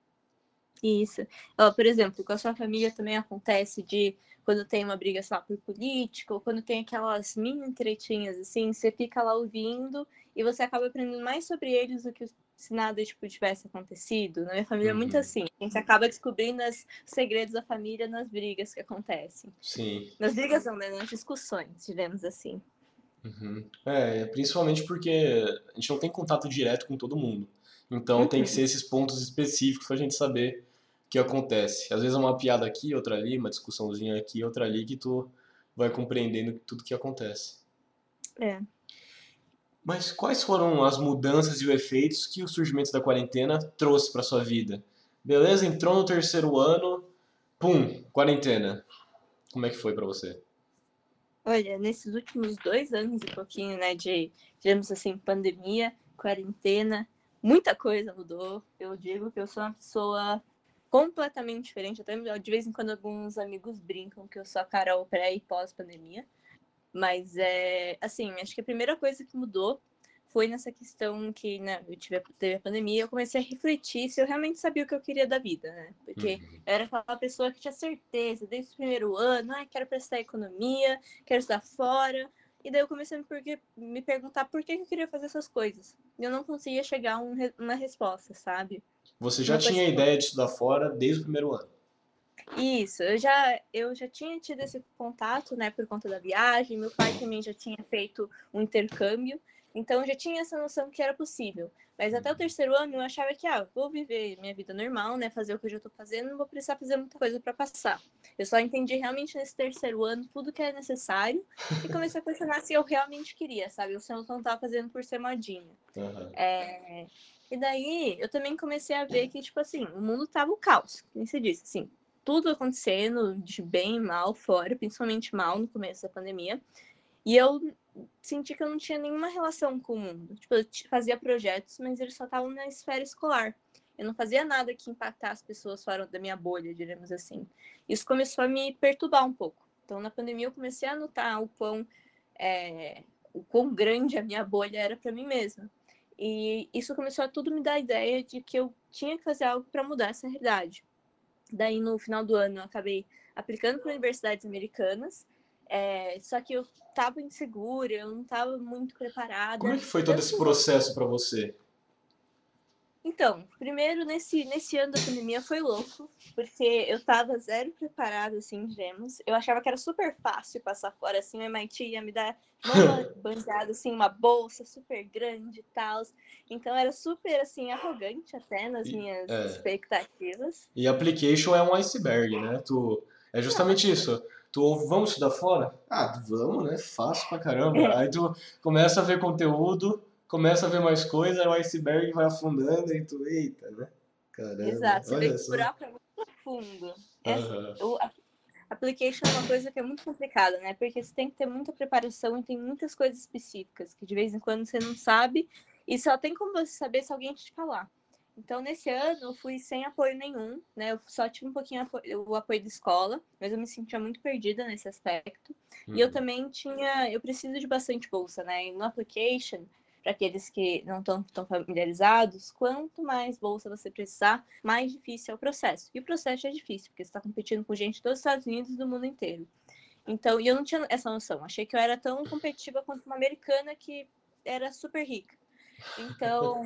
Isso. Ó, por exemplo, com a sua família também acontece de quando tem uma briga, sei lá, por política, ou quando tem aquelas mini tretinhas, assim, você fica lá ouvindo e você acaba aprendendo mais sobre eles do que se nada, tipo, tivesse acontecido. Na minha família é muito Uhum. assim. A gente acaba descobrindo os segredos da família nas brigas que acontecem. Sim. Nas brigas não, né? Nas discussões, digamos assim. Uhum. Principalmente porque a gente não tem contato direto com todo mundo. Então tem que ser Uhum. esses pontos específicos pra gente saber o que acontece. Às vezes é uma piada aqui, outra ali, uma discussãozinha aqui, outra ali, que tu vai compreendendo tudo que acontece. É. Mas quais foram as mudanças e os efeitos que o surgimento da quarentena trouxe pra sua vida? Beleza, entrou no terceiro ano, pum, quarentena. Como é que foi pra você? Olha, nesses últimos 2 anos e pouquinho, né, digamos assim, pandemia, quarentena, muita coisa mudou. Eu digo que eu sou uma pessoa completamente diferente. Até de vez em quando alguns amigos brincam que eu sou a Carol pré e pós-pandemia. Mas assim, acho que a primeira coisa que mudou foi nessa questão que, né, teve a pandemia, eu comecei a refletir se eu realmente sabia o que eu queria da vida, né? Porque Uhum. eu era aquela pessoa que tinha certeza desde o primeiro ano, quero prestar economia, quero estudar fora. E daí eu comecei a me perguntar por que eu queria fazer essas coisas. E eu não conseguia chegar a uma resposta, sabe? Você já Uma coisa tinha a que ideia de estudar fora desde o primeiro ano. isso, eu já tinha tido esse contato, né, por conta da viagem. Meu pai também já tinha feito um intercâmbio, então eu já tinha essa noção que era possível. Mas até o terceiro ano eu achava que, vou viver minha vida normal, né, fazer o que eu já tô fazendo, não vou precisar fazer muita coisa para passar. Eu só entendi realmente nesse terceiro ano tudo que é necessário e comecei a questionar se eu realmente queria, sabe? Eu só não tava fazendo por ser modinha. Aham. É... E daí eu também comecei a ver que, tipo assim, o mundo tava um caos, como você disse, assim, tudo acontecendo de bem e mal fora, principalmente mal no começo da pandemia. E eu senti que eu não tinha nenhuma relação com o mundo. Tipo, eu fazia projetos, mas eles só estavam na esfera escolar. Eu não fazia nada que impactasse as pessoas fora da minha bolha, digamos assim. Isso começou a me perturbar um pouco. Então, na pandemia, eu comecei a notar o quão grande a minha bolha era para mim mesma. E isso começou a tudo me dar a ideia de que eu tinha que fazer algo para mudar essa realidade. Daí, no final do ano, eu acabei aplicando para universidades americanas, só que eu estava insegura, eu não estava muito Como é preparada, que foi todo esse tanto processo pra você? então, primeiro, nesse ano da pandemia foi louco, porque eu tava zero preparada, assim, digamos. Eu achava que era super fácil passar fora, assim, o MIT ia me dar uma bandeada, assim, uma bolsa super grande e tal. Então, era super, assim, arrogante até nas E, minhas é, expectativas. e application é um iceberg, né? É justamente isso. Vamos estudar fora? Ah, vamos, né? Fácil pra caramba. É, Aí tu começa a ver conteúdo, começa a ver mais coisa, aí o iceberg vai afundando e tu, eita, né? Caramba, exato, você vê olha que o só. buraco é muito profundo. Aham. application é uma coisa que é muito complicada, né? Porque você tem que ter muita preparação e tem muitas coisas específicas que de vez em quando você não sabe e só tem como você saber se alguém te falar. Então, nesse ano, eu fui sem apoio nenhum, né? Eu só tive um pouquinho o apoio da escola, mas eu me sentia muito perdida nesse aspecto. E eu também eu preciso de bastante bolsa, né? E no application, para aqueles que não estão tão familiarizados, quanto mais bolsa você precisar, mais difícil é o processo. E o processo é difícil, porque você está competindo com gente dos Estados Unidos e do mundo inteiro. Então, e eu não tinha essa noção. Achei que eu era tão competitiva quanto uma americana que era super rica. Então,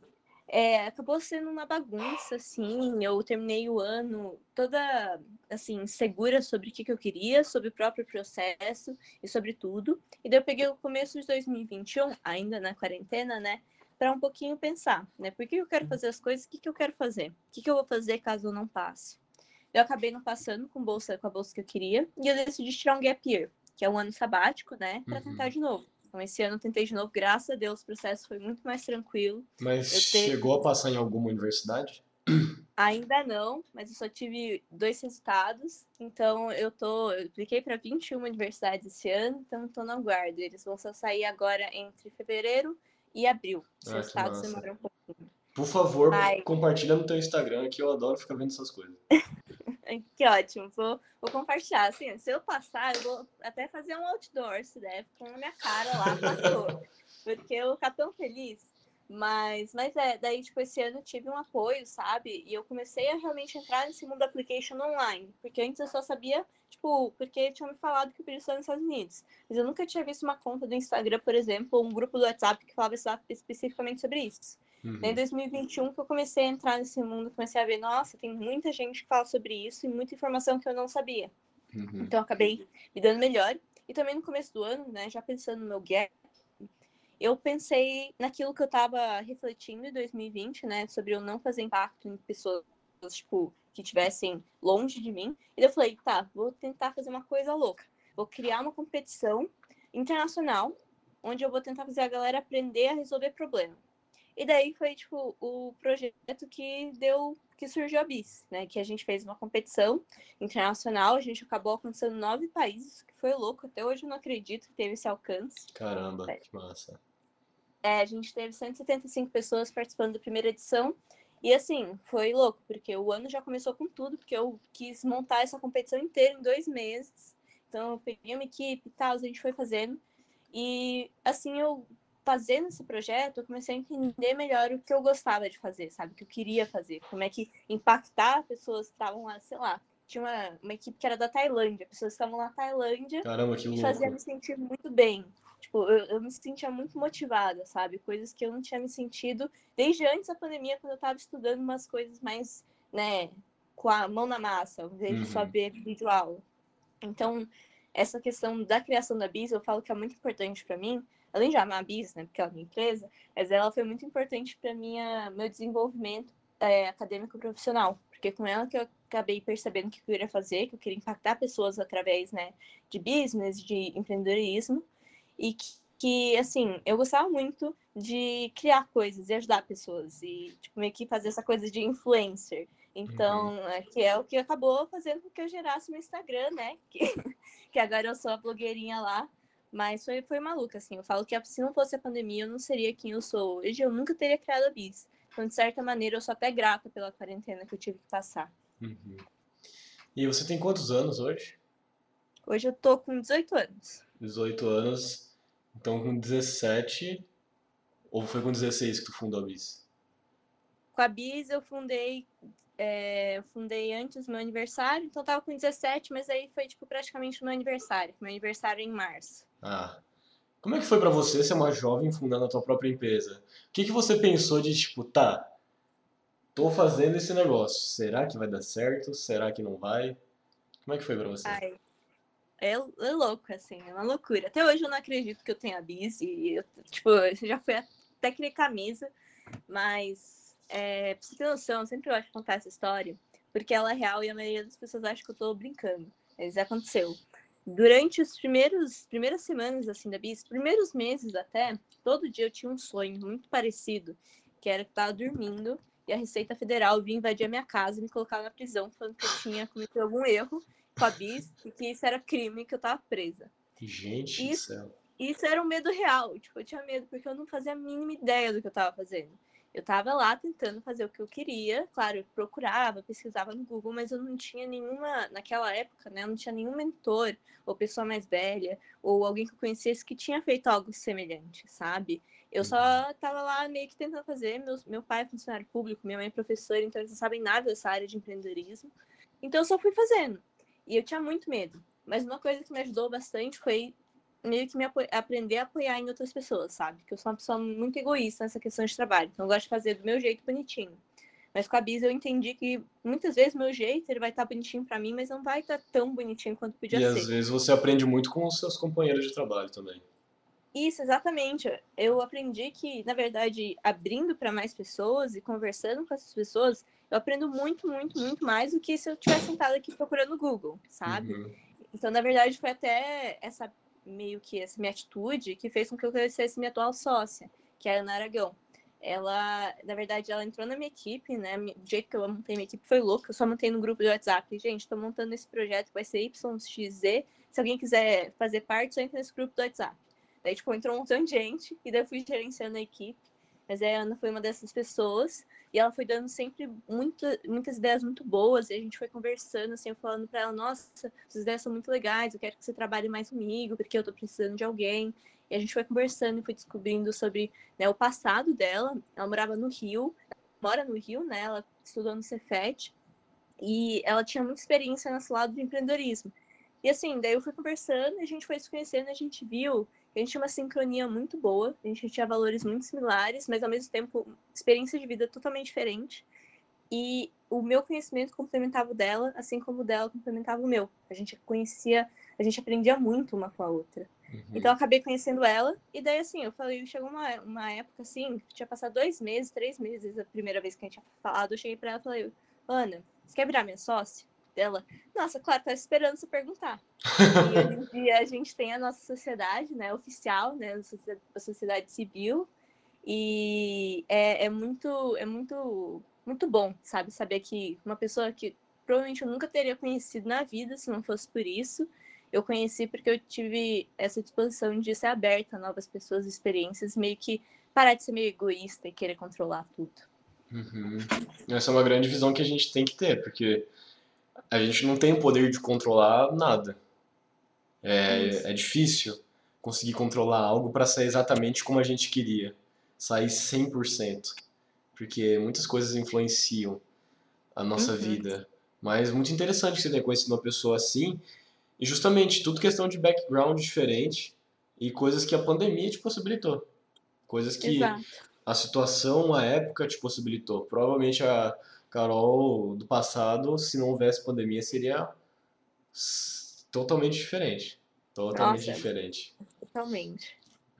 acabou sendo uma bagunça, assim. Eu terminei o ano toda, assim, segura sobre o que eu queria, sobre o próprio processo e sobre tudo. E daí eu peguei o começo de 2021, ainda na quarentena, né? Para um pouquinho pensar, né? Por que eu quero fazer as coisas? O que eu quero fazer? O que eu vou fazer caso eu não passe? Eu acabei não passando com a bolsa que eu queria. E eu decidi tirar um gap year, que é um ano sabático, né? Para tentar de novo. Então, esse ano eu tentei de novo, graças a Deus, o processo foi muito mais tranquilo. Mas Eu chegou a passar em alguma universidade? Ainda não, mas eu só tive 2 resultados, então eu apliquei para 21 universidades esse ano, então estou no aguardo. Eles vão só sair agora entre fevereiro e abril. Os Ah, que resultados massa. demoram um pouquinho. Por favor, Ai, compartilha no teu Instagram, que eu adoro ficar vendo essas coisas. que ótimo, vou compartilhar. Assim, se eu passar, eu vou até fazer um outdoor, se der, com a minha cara lá, passou. Porque eu vou ficar tão feliz. Mas daí, tipo, esse ano eu tive um apoio, sabe? E eu comecei a realmente entrar nesse mundo da application online. Porque antes eu só sabia, tipo, porque tinham me falado que eu podia estar nos Estados Unidos. Mas eu nunca tinha visto uma conta do Instagram, por exemplo, ou um grupo do WhatsApp que falava especificamente sobre isso. Em 2021 que eu comecei a entrar nesse mundo, comecei a ver, nossa, tem muita gente que fala sobre isso e muita informação que eu não sabia. Então eu acabei me dando melhor. E também no começo do ano, né, já pensando no meu gap, eu pensei naquilo que eu estava refletindo em 2020, né, sobre eu não fazer impacto em pessoas, tipo, que estivessem longe de mim. E eu falei, tá, vou tentar fazer uma coisa louca. Vou criar uma competição internacional, onde eu vou tentar fazer a galera aprender a resolver problema. E daí foi, tipo, o projeto que surgiu a BIS, né? Que a gente fez uma competição internacional, a gente acabou alcançando 9 países, que foi louco, até hoje eu não acredito que teve esse alcance. Caramba, que massa. A gente teve 175 pessoas participando da primeira edição, e assim, foi louco, porque o ano já começou com tudo, porque eu quis montar essa competição inteira em 2 meses, então eu peguei uma equipe e tal, a gente foi fazendo, e assim, eu fazendo esse projeto, eu comecei a entender melhor o que eu gostava de fazer, sabe? O que eu queria fazer, como é que impactar pessoas que estavam lá, sei lá. Tinha uma equipe que era da Tailândia, pessoas que estavam na Tailândia Caramba, que e fazia louco. me sentir muito bem. Tipo, eu me sentia muito motivada, sabe? Coisas que eu não tinha me sentido desde antes da pandemia, quando eu tava estudando umas coisas mais, né, com a mão na massa, ao invés de só ver vídeo aula. Então, essa questão da criação da Bis, eu falo que é muito importante para mim, além de amar a Bis, né, porque ela é minha empresa, mas ela foi muito importante para meu desenvolvimento acadêmico profissional, porque com ela que eu acabei percebendo o que eu queria fazer, que eu queria impactar pessoas através, né, de business, de empreendedorismo, e que assim, eu gostava muito de criar coisas e ajudar pessoas, e tipo, meio que fazer essa coisa de influencer. Então, que é o que acabou fazendo com que eu gerasse meu Instagram, né? Que agora eu sou a blogueirinha lá. Mas foi maluca, assim. Eu falo que se não fosse a pandemia, eu não seria quem eu sou hoje. Eu nunca teria criado a Bis. Então, de certa maneira, eu sou até grata pela quarentena que eu tive que passar. E você tem quantos anos hoje? Hoje eu tô com 18 anos. 18 anos. Então com 17, ou foi com 16 que tu fundou a Bis? Com a Bis, eu fundei antes do meu aniversário, então eu tava com 17, mas aí foi, tipo, praticamente o meu aniversário. Meu aniversário é em março. Ah, como é que foi pra você ser uma jovem fundando a tua própria empresa? O que que você pensou de tipo, tá, tô fazendo esse negócio, será que vai dar certo? Será que não vai? Como é que foi pra você? Ai, é louco, assim, é uma loucura. Até hoje eu não acredito que eu tenha bis, e eu, tipo, você já foi até querer camisa, mas pra você ter noção, eu sempre gosto de contar essa história, porque ela é real e a maioria das pessoas acha que eu tô brincando. Mas aconteceu. Durante os primeiras semanas, assim, da bis, primeiros meses até, todo dia eu tinha um sonho muito parecido, que era que eu tava dormindo e a Receita Federal vinha invadir a minha casa e me colocar na prisão, falando que eu tinha cometido algum erro com a Bis, que isso era crime, que eu tava presa. Gente do Isso, céu. isso era um medo real. Tipo, eu tinha medo porque eu não fazia a mínima ideia do que eu tava fazendo. Eu tava lá tentando fazer o que eu queria. Claro, eu procurava, pesquisava no Google, mas eu não tinha nenhuma, naquela época, né? Eu não tinha nenhum mentor, ou pessoa mais velha, ou alguém que eu conhecesse que tinha feito algo semelhante, sabe? Eu só tava lá meio que tentando fazer. Meu pai é funcionário público, minha mãe é professora, então eles não sabem nada dessa área de empreendedorismo. Então eu só fui fazendo. E eu tinha muito medo. Mas uma coisa que me ajudou bastante foi meio que aprender a apoiar em outras pessoas, sabe? Que eu sou uma pessoa muito egoísta nessa questão de trabalho. Então eu gosto de fazer do meu jeito bonitinho. Mas com a Bisa eu entendi que muitas vezes o meu jeito ele vai estar bonitinho para mim, mas não vai estar tão bonitinho quanto podia E às ser. vezes você aprende muito com os seus companheiros de trabalho também. Isso, exatamente. Eu aprendi que, na verdade, abrindo para mais pessoas e conversando com essas pessoas, eu aprendo muito, muito, muito mais do que se eu tivesse sentado aqui procurando no Google, sabe? Uhum. Então, na verdade, foi até essa minha atitude que fez com que eu conhecesse minha atual sócia, que é a Ana Aragão. Ela, na verdade, ela entrou na minha equipe, né? Do jeito que eu montei minha equipe foi louco. Eu só montei no grupo do WhatsApp. Gente, estou montando esse projeto que vai ser YXZ. Se alguém quiser fazer parte, só entra nesse grupo do WhatsApp. Daí, tipo, entrou um montão de gente e daí eu fui gerenciando a equipe. Mas a Ana foi uma dessas pessoas e ela foi dando sempre muitas ideias muito boas e a gente foi conversando, assim, eu falando pra ela, nossa, suas ideias são muito legais, eu quero que você trabalhe mais comigo porque eu tô precisando de alguém. E a gente foi conversando e foi descobrindo sobre, né, o passado dela. Ela morava no Rio, mora no Rio, né, ela estudou no Cefet e ela tinha muita experiência nesse lado do empreendedorismo. E assim, daí eu fui conversando, a gente foi se conhecendo, a gente viu que a gente tinha uma sincronia muito boa, a gente tinha valores muito similares, mas ao mesmo tempo experiência de vida totalmente diferente. E o meu conhecimento complementava o dela, assim como o dela complementava o meu. A gente conhecia, a gente aprendia muito uma com a outra. Então eu acabei conhecendo ela, e daí assim, eu falei, chegou uma época assim, tinha passado 2 meses, 3 meses, a primeira vez que a gente tinha falado, eu cheguei pra ela e falei, Ana, você quer virar minha sócia? Dela, nossa, claro, tá esperando você perguntar. E hoje em dia a gente tem a nossa sociedade, né, oficial, né, a sociedade civil, e muito bom, sabe, saber que uma pessoa que provavelmente eu nunca teria conhecido na vida se não fosse por isso, eu conheci porque eu tive essa disposição de ser aberta a novas pessoas, experiências, meio que parar de ser meio egoísta e querer controlar tudo. Uhum. Essa é uma grande visão que a gente tem que ter, porque a gente não tem o poder de controlar nada. É Isso. difícil conseguir controlar algo para sair exatamente como a gente queria, sair 100%, porque muitas coisas influenciam a nossa Uhum. vida. Mas muito interessante que você tenha conhecido uma pessoa assim, e justamente tudo questão de background diferente e coisas que a pandemia te possibilitou, coisas que Exato. a situação, a época te possibilitou. Provavelmente a Carol do passado, se não houvesse pandemia, seria totalmente diferente. Totalmente Nossa, diferente. totalmente.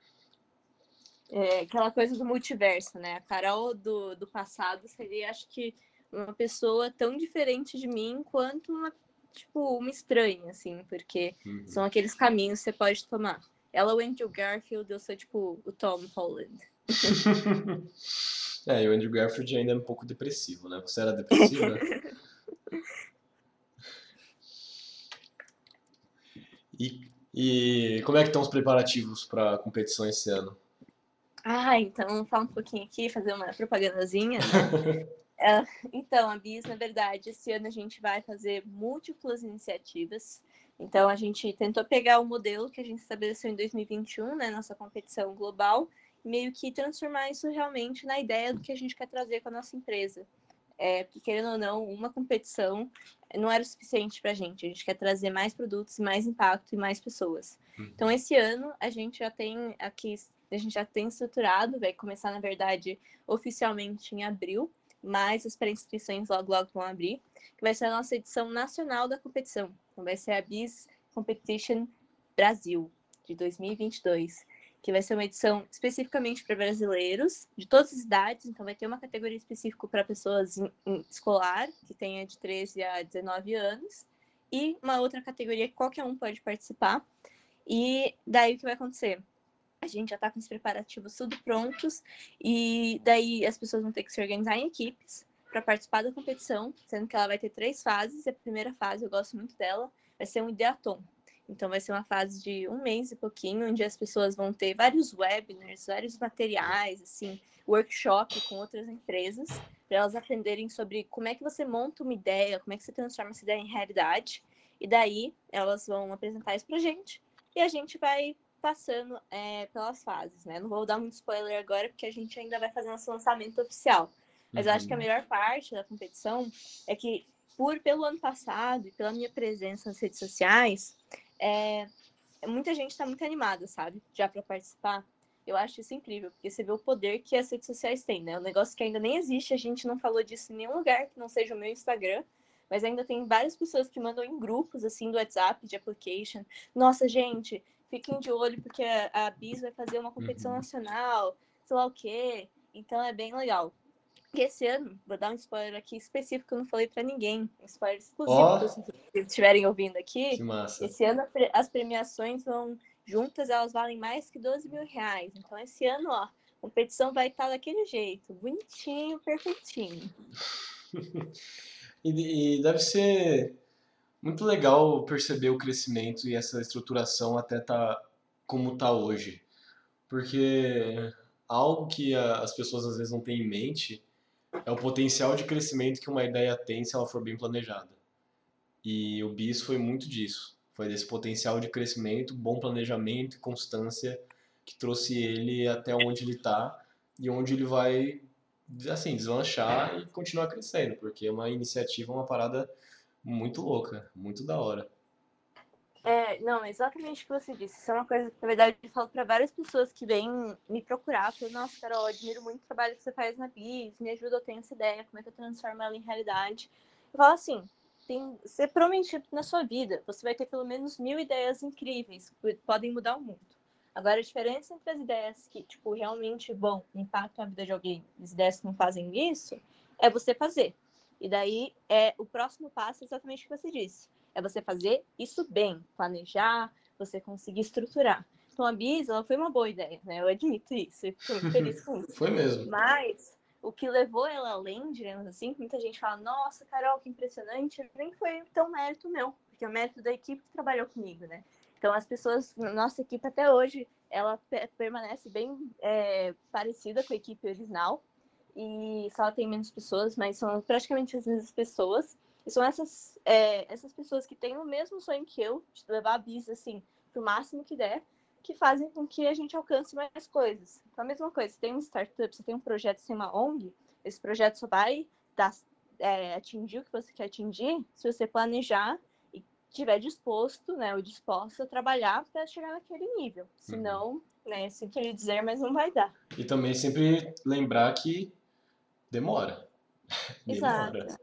É aquela coisa do multiverso, né? A Carol do passado seria, acho que, uma pessoa tão diferente de mim quanto uma estranha, assim, porque Uhum. são aqueles caminhos que você pode tomar. Ela é o Andrew Garfield, eu sou, tipo, o Tom Holland. É, e o Andrew Garfield ainda é um pouco depressivo, né? Você era depressiva? E como é que estão os preparativos para a competição esse ano? Então, vamos falar um pouquinho aqui, fazer uma propagandazinha, né? É, então, a Bis, na verdade, esse ano a gente vai fazer múltiplas iniciativas. Então, a gente tentou pegar o modelo que a gente estabeleceu em 2021, né, nossa competição global, e meio que transformar isso realmente na ideia do que a gente quer trazer com a nossa empresa. Porque, querendo ou não, uma competição não era o suficiente para a gente quer trazer mais produtos, mais impacto e mais pessoas. Então, esse ano, a gente já tem aqui, a gente já tem estruturado, vai começar, na verdade, oficialmente em abril, mas as pré-inscrições logo, logo vão abrir, que vai ser a nossa edição nacional da competição. Então, vai ser a BIS Competition Brasil, de 2022, que vai ser uma edição especificamente para brasileiros, de todas as idades, então vai ter uma categoria específica para pessoas em escolar, que tenha de 13 a 19 anos, e uma outra categoria que qualquer um pode participar. E daí o que vai acontecer? A gente já está com os preparativos tudo prontos, e daí as pessoas vão ter que se organizar em equipes para participar da competição, sendo que ela vai ter 3 fases. A primeira fase, eu gosto muito dela, vai ser um ideatom. Então, vai ser uma fase de 1 mês e pouquinho, onde as pessoas vão ter vários webinars, vários materiais, assim, workshop com outras empresas, para elas aprenderem sobre como é que você monta uma ideia, como é que você transforma essa ideia em realidade. E daí, elas vão apresentar isso para a gente, e a gente vai passando pelas fases, né? Não vou dar muito spoiler agora, porque a gente ainda vai fazer nosso lançamento oficial. Mas eu acho que a melhor parte da competição é que, pelo ano passado e pela minha presença nas redes sociais, muita gente está muito animada, sabe? Já para participar. Eu acho isso incrível, porque você vê o poder que as redes sociais têm, né? Um negócio que ainda nem existe, a gente não falou disso em nenhum lugar que não seja o meu Instagram, mas ainda tem várias pessoas que mandam em grupos, assim, do WhatsApp, de application. Nossa, gente, fiquem de olho, porque a BIS vai fazer uma competição nacional, sei lá o quê. Então é bem legal. E esse ano, vou dar um spoiler aqui específico que eu não falei pra ninguém. Um spoiler exclusivo para os que estiverem ouvindo aqui. Que massa. Esse ano as premiações vão juntas, elas valem mais que R$12.000. Então esse ano, ó, a competição vai estar daquele jeito, bonitinho, perfeitinho. E deve ser muito legal perceber o crescimento e essa estruturação até tá como tá hoje. Porque algo que as pessoas às vezes não têm em mente é o potencial de crescimento que uma ideia tem se ela for bem planejada. E o BIS foi muito disso. Foi desse potencial de crescimento, bom planejamento e constância que trouxe ele até onde ele está e onde ele vai, assim, deslanchar e continuar crescendo, porque é uma iniciativa, uma parada muito louca, muito da hora. Não, exatamente o que você disse. Isso é uma coisa que, na verdade, eu falo para várias pessoas que vêm me procurar. Falam, nossa, Carol, eu admiro muito o trabalho que você faz na BIS, me ajuda, eu tenho essa ideia, como é que eu transformo ela em realidade. Eu falo assim, você promete na sua vida, você vai ter pelo menos 1.000 ideias incríveis que podem mudar o mundo. Agora, a diferença entre as ideias que, tipo, realmente vão impactam a vida de alguém e as ideias que não fazem isso, é você fazer. E daí, o próximo passo é exatamente o que você disse. É você fazer isso bem, planejar, você conseguir estruturar. Então, a BIS, ela foi uma boa ideia, né? Eu admito isso, eu fico muito feliz com isso. Foi mesmo. Mas o que levou ela além, digamos assim, que muita gente fala, nossa, Carol, que impressionante, nem foi tão mérito meu, porque é o mérito da equipe que trabalhou comigo, né? Então, as pessoas, nossa equipe até hoje, ela permanece bem parecida com a equipe original, e só tem menos pessoas, mas são praticamente as mesmas pessoas. E são essas pessoas que têm o mesmo sonho que eu, de levar a BIS, assim, pro máximo que der, que fazem com que a gente alcance mais coisas. Então, a mesma coisa, você tem um startup, você tem um projeto, você tem uma ONG, esse projeto só vai atingir o que você quer atingir se você planejar e estiver disposto, né, ou disposta a trabalhar para chegar naquele nível. Senão, né, sinto lhe dizer, mas não vai dar. E também sempre lembrar que demora. Demora. Exato.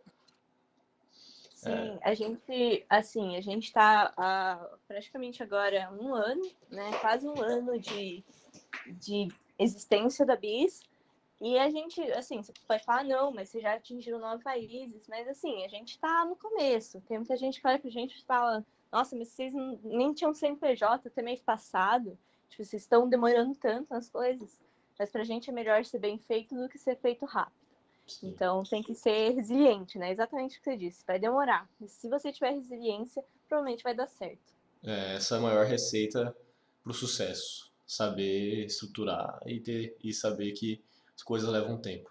Sim, a gente está praticamente agora 1 ano, né, quase 1 ano de existência da BIS, e a gente, assim, você pode falar, não, mas você já atingiu 9 países, mas assim, a gente está no começo, tem muita gente que olha pra gente e fala, nossa, mas vocês nem tinham CNPJ até mês passado, tipo, vocês estão demorando tanto nas coisas, mas pra gente é melhor ser bem feito do que ser feito rápido. Sim. Então tem que ser resiliente, né? Exatamente o que você disse. Vai demorar. Mas se você tiver resiliência, provavelmente vai dar certo. Essa é a maior receita para o sucesso. Saber estruturar e saber que as coisas levam tempo.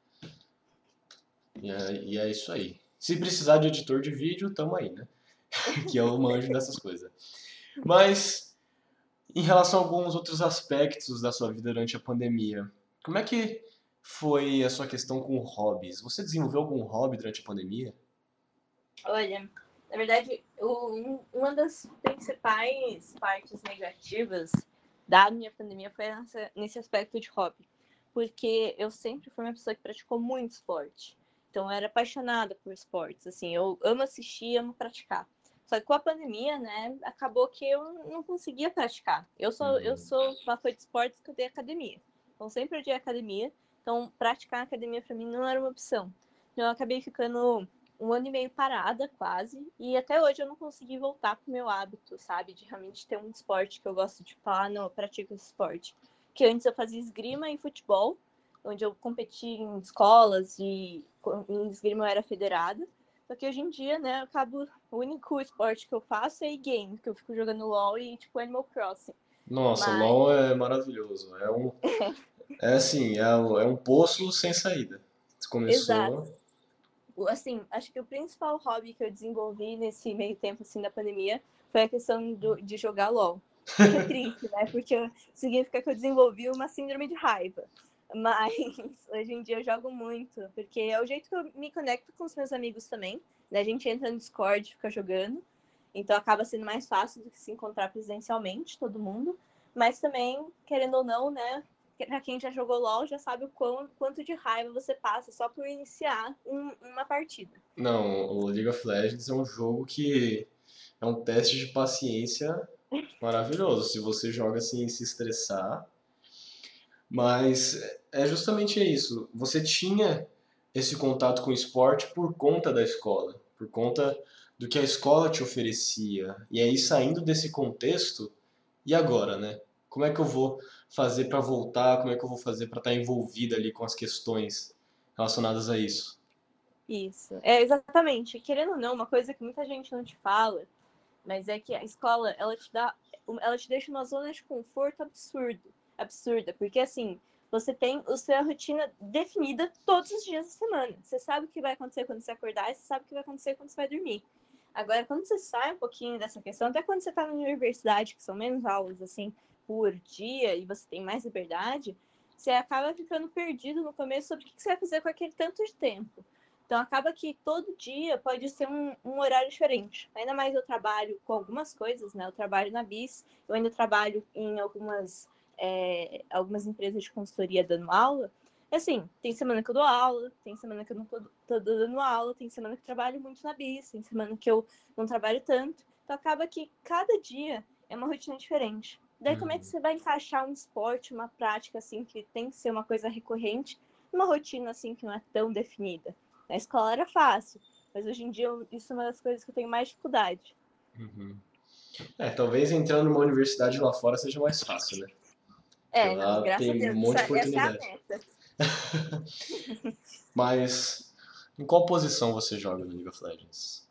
E é isso aí. Se precisar de editor de vídeo, tamo aí, né? Que eu manjo dessas coisas. Mas, em relação a alguns outros aspectos da sua vida durante a pandemia, como é que foi a sua questão com hobbies? Você desenvolveu algum hobby durante a pandemia? Olha, na verdade, uma das principais partes negativas da minha pandemia foi nesse aspecto de hobby. Porque eu sempre fui uma pessoa que praticou muito esporte. Então, eu era apaixonada por esportes. Assim, eu amo assistir, amo praticar. Só que com a pandemia, né, acabou que eu não conseguia praticar. Eu sou uma fã de esportes que eu dei academia. Então, sempre odiei academia. Então, praticar academia para mim não era uma opção. Então, eu acabei ficando 1 ano e meio parada, quase. E até hoje eu não consegui voltar pro meu hábito, sabe? De realmente ter um esporte que eu gosto de falar, não, eu pratico esse esporte. Que antes eu fazia esgrima e futebol, onde eu competi em escolas e em esgrima eu era federada. Só que hoje em dia, né, o único esporte que eu faço é e-game, que eu fico jogando LOL e, tipo, Animal Crossing. Nossa, Mas, LoL é maravilhoso. É assim, é um poço sem saída. Você exato. começou. Assim, acho que o principal hobby que eu desenvolvi nesse meio tempo, assim, da pandemia foi a questão de jogar LOL. O que é triste, né? Porque significa que eu desenvolvi uma síndrome de raiva. Mas hoje em dia eu jogo muito, porque é o jeito que eu me conecto com os meus amigos também. Né? A gente entra no Discord e fica jogando. Então acaba sendo mais fácil do que se encontrar presencialmente, todo mundo. Mas também, querendo ou não, né? Pra quem já jogou LOL já sabe quanto de raiva você passa só por iniciar uma partida. Não, o League of Legends é um jogo que é um teste de paciência maravilhoso. Se você joga sem se estressar. Mas é justamente isso. Você tinha esse contato com o esporte por conta da escola, por conta do que a escola te oferecia. E aí, saindo desse contexto, e agora, né? Como é que eu vou fazer para voltar? Como é que eu vou fazer para estar envolvida ali com as questões relacionadas a isso? Isso, é exatamente. Querendo ou não, uma coisa que muita gente não te fala, mas é que a escola, ela te deixa numa zona de conforto absurda, porque assim, você tem a sua rotina definida todos os dias da semana. Você sabe o que vai acontecer quando você acordar e você sabe o que vai acontecer quando você vai dormir. Agora, quando você sai um pouquinho dessa questão, até quando você está na universidade, que são menos aulas assim por dia e você tem mais liberdade, você acaba ficando perdido no começo sobre o que você vai fazer com aquele tanto de tempo. Então acaba que todo dia pode ser um horário diferente. Ainda mais eu trabalho com algumas coisas, né? Eu trabalho na BIS, eu ainda trabalho em algumas empresas de consultoria dando aula. Assim, tem semana que eu dou aula, tem semana que eu não tô dando aula, tem semana que eu trabalho muito na BIS, tem semana que eu não trabalho tanto. Então acaba que cada dia é uma rotina diferente. Daí como é que Uhum. você vai encaixar um esporte, uma prática assim que tem que ser uma coisa recorrente, numa rotina assim que não é tão definida? Na escola era fácil, mas hoje em dia isso é uma das coisas que eu tenho mais dificuldade. Uhum. Talvez entrando numa universidade lá fora seja mais fácil, né? Porque É, não, lá graças a tem um Deus, monte de essa é a oportunidade. meta. Mas em qual posição você joga no League of Legends?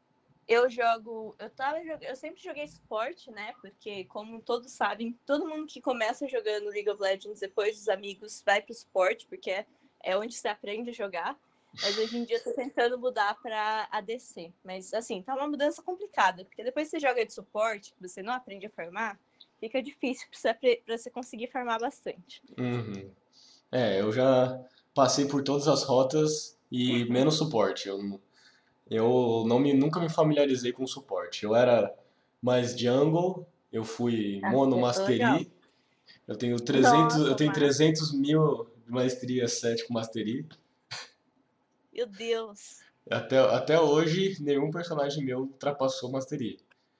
Eu sempre joguei esporte, né? Porque, como todos sabem, todo mundo que começa jogando League of Legends depois dos amigos vai pro esporte, porque é onde você aprende a jogar. Mas hoje em dia eu tô tentando mudar pra ADC. Mas, assim, tá uma mudança complicada, porque depois que você joga de suporte, você não aprende a farmar, fica difícil pra você conseguir farmar bastante. Uhum. Eu já passei por todas as rotas e menos suporte. Nunca me familiarizei com suporte. Eu era mais jungle, eu fui Ah, mono é legal. mastery, eu Nossa, tenho mas, 300 mil de maestria 7 com mastery. meu Deus. Até hoje, nenhum personagem meu ultrapassou mastery.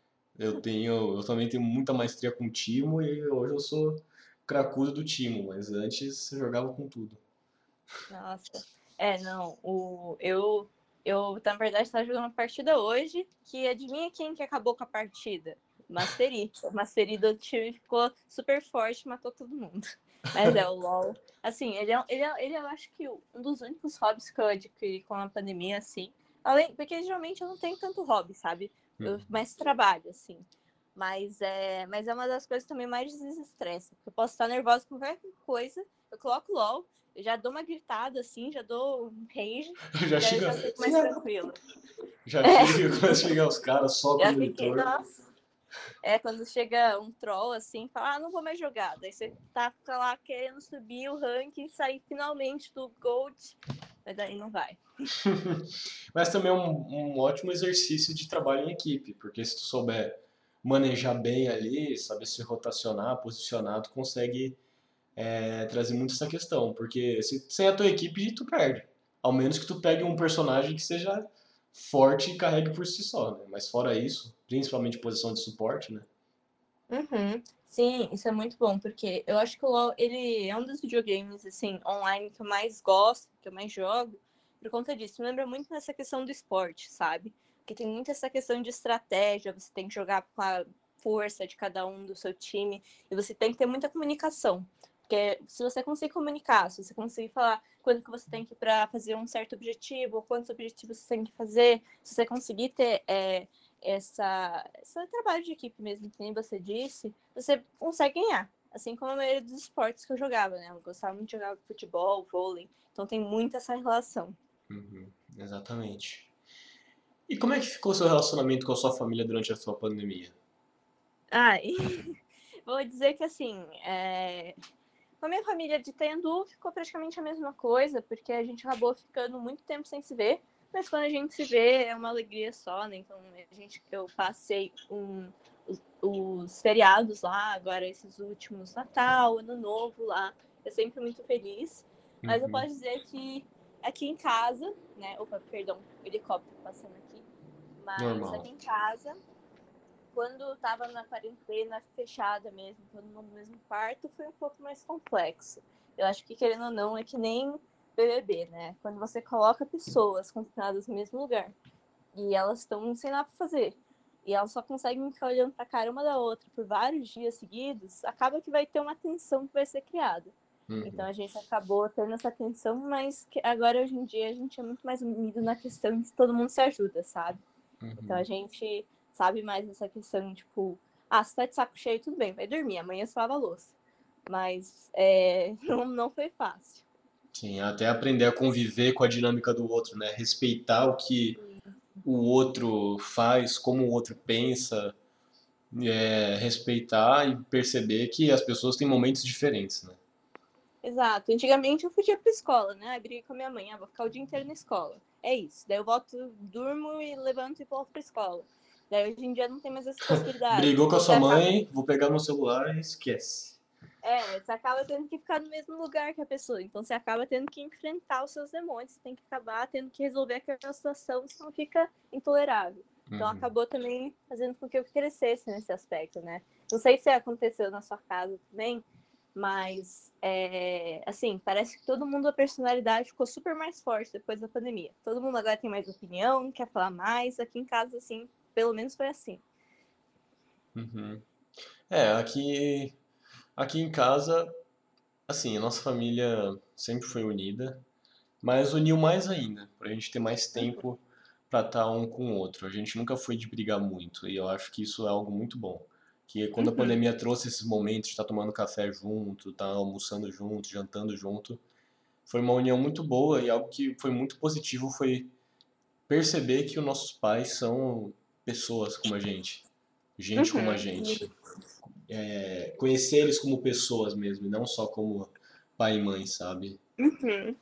Eu também tenho muita maestria com Timo e hoje eu sou cracudo do Timo, mas antes eu jogava com tudo. Nossa. É, não. Eu na verdade, estava jogando uma partida hoje que adivinha quem que acabou com a partida? Mastery. O Mastery do time ficou super forte, matou todo mundo. Mas o LoL. Assim, ele eu acho que um dos únicos hobbies que eu adquiri com a pandemia, assim. Porque geralmente eu não tenho tanto hobby, sabe? Eu Hum. mais trabalho, assim. Mas é uma das coisas que também mais desestressa. Porque eu posso estar nervosa com qualquer coisa, eu coloco LOL, eu já dou uma gritada assim, já dou um rage, Já daí eu chega, já fico mais filha da tranquila. Já É, chega, começa a ligar os caras, soca o já fiquei, monitor. nossa. É, quando chega um troll assim, fala, não vou mais jogar. Daí você fica lá querendo subir o ranking e sair finalmente do Gold, mas daí não vai. Mas também é um ótimo exercício de trabalho em equipe, porque se tu souber manejar bem ali, saber se rotacionar, posicionar, tu consegue trazer muito essa questão, porque sem a tua equipe tu perde. Ao menos que tu pegue um personagem que seja forte e carregue por si só, né? Mas fora isso, principalmente posição de suporte, né? Uhum. Sim, isso é muito bom, porque eu acho que o LoL, ele é um dos videogames, assim, online que eu mais gosto, que eu mais jogo, por conta disso. Me lembra muito nessa questão do esporte, sabe? Porque tem muito essa questão de estratégia, você tem que jogar com a força de cada um do seu time, e você tem que ter muita comunicação. Porque se você conseguir comunicar, se você conseguir falar quando que você tem que ir para fazer um certo objetivo, ou quantos objetivos você tem que fazer, se você conseguir ter esse trabalho de equipe mesmo, que nem você disse, você consegue ganhar. Assim como a maioria dos esportes que eu jogava, né? Eu gostava muito de jogar futebol, vôlei, então tem muito essa relação. Uhum, exatamente. E como é que ficou o seu relacionamento com a sua família durante a sua pandemia? Ah, e vou dizer que assim, com a minha família de Tendu ficou praticamente a mesma coisa, porque a gente acabou ficando muito tempo sem se ver, mas quando a gente se vê é uma alegria só, né? Então eu passei os feriados lá, agora esses últimos Natal, Ano Novo lá, é sempre muito feliz. Mas eu Uhum, posso dizer que aqui em casa, né? Opa, perdão, helicóptero passando aqui. Mas normal. aqui em casa, quando tava na quarentena fechada mesmo, todo mundo no mesmo quarto, foi um pouco mais complexo. Eu acho que, querendo ou não, é que nem BBB, né? Quando você coloca pessoas confinadas no mesmo lugar e elas estão sem nada pra fazer, e elas só conseguem ficar olhando pra cara uma da outra por vários dias seguidos, acaba que vai ter uma tensão que vai ser criada. Então Uhum, a gente acabou tendo essa tensão, mas agora hoje em dia a gente é muito mais unido na questão de todo mundo se ajuda, sabe? Então a uhum. gente sabe mais essa questão, tipo, se tá de saco cheio, tudo bem, vai dormir, amanhã você lava a louça. Mas não foi fácil. Sim, até aprender a conviver com a dinâmica do outro, né? Respeitar o que o outro faz, como o outro pensa, respeitar e perceber que as pessoas têm momentos diferentes, né? Exato. Antigamente eu fugia pra escola, né? Eu briguei com a minha mãe, vou ficar o dia inteiro na escola. É isso. Daí eu volto, durmo e levanto e volto pra escola. Daí hoje em dia não tem mais essa possibilidade. Brigou com a Então você sua acaba mãe, vou pegar meu celular e esquece. Você acaba tendo que ficar no mesmo lugar que a pessoa. Então você acaba tendo que enfrentar os seus demônios. Você tem que acabar tendo que resolver aquela situação, senão fica intolerável. Então Uhum. acabou também fazendo com que eu crescesse nesse aspecto, né? Não sei se aconteceu na sua casa também, mas assim, parece que todo mundo, a personalidade ficou super mais forte depois da pandemia. Todo mundo agora tem mais opinião, quer falar mais. Aqui em casa, assim, pelo menos foi assim. Uhum. Aqui em casa, assim, a nossa família sempre foi unida, mas uniu mais ainda, pra gente ter mais tempo pra estar um com o outro. A gente nunca foi de brigar muito, e eu acho que isso é algo muito bom. Que quando a Uhum. pandemia trouxe esses momentos de estar tomando café junto, estar almoçando junto, jantando junto, foi uma união muito boa e algo que foi muito positivo foi perceber que os nossos pais são pessoas como a gente como a Uhum. gente. Conhecer eles como pessoas mesmo, e não só como pai e mãe, sabe? Uhum.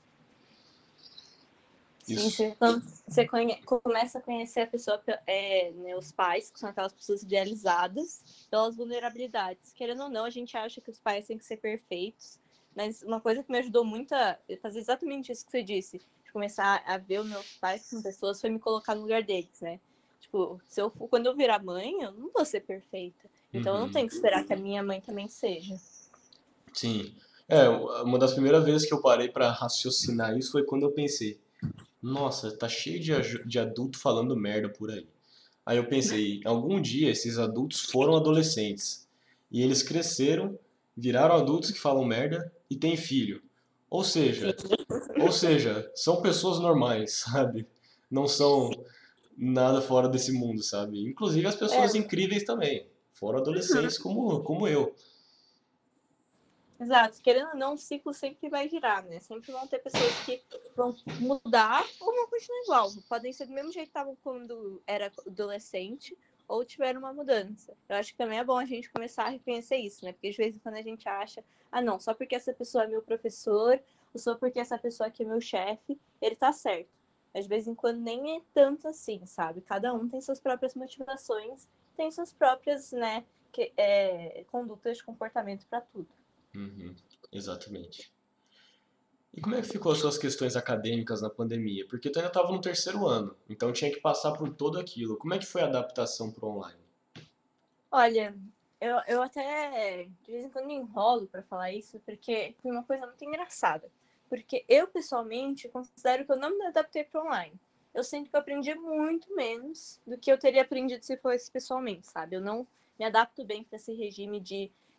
Sim, Isso. quando você começa a conhecer a pessoa, né, os pais, que são aquelas pessoas idealizadas, pelas vulnerabilidades. Querendo ou não, a gente acha que os pais têm que ser perfeitos, mas uma coisa que me ajudou muito a fazer exatamente isso que você disse, de começar a ver os meus pais como pessoas, foi me colocar no lugar deles, né? Tipo, quando eu virar mãe, eu não vou ser perfeita. Então eu não Uhum. tenho que esperar que a minha mãe também seja. Sim. Uma das primeiras vezes que eu parei para raciocinar isso foi quando eu pensei, nossa, tá cheio de adulto falando merda por aí. Aí eu pensei, algum dia esses adultos foram adolescentes e eles cresceram, viraram adultos que falam merda e têm filho. Ou Sim. seja, ou seja, são pessoas normais, sabe? Não são nada fora desse mundo, sabe? Inclusive as pessoas É, incríveis também, fora adolescentes como eu. exato. Querendo ou não, o ciclo sempre vai girar, né? Sempre vão ter pessoas que vão mudar ou vão continuar igual. Podem ser do mesmo jeito que estavam quando era adolescente ou tiveram uma mudança. Eu acho que também é bom a gente começar a reconhecer isso, né? Porque de vez em quando a gente acha, não, só porque essa pessoa é meu professor, ou só porque essa pessoa aqui é meu chefe, ele tá certo. Mas de vez em quando nem é tanto assim, sabe? Cada um tem suas próprias motivações, tem suas próprias, né, condutas de comportamento para tudo. Uhum, exatamente. E como é que ficou as suas questões acadêmicas na pandemia? Porque tu ainda estava no terceiro ano, então tinha que passar por tudo aquilo. Como é que foi a adaptação para online? Olha, eu até de vez em quando me enrolo para falar isso, porque foi uma coisa muito engraçada. Porque eu, pessoalmente, considero que eu não me adaptei para online. Eu sinto que eu aprendi muito menos do que eu teria aprendido se fosse pessoalmente, sabe? Eu não me adapto bem para esse regime de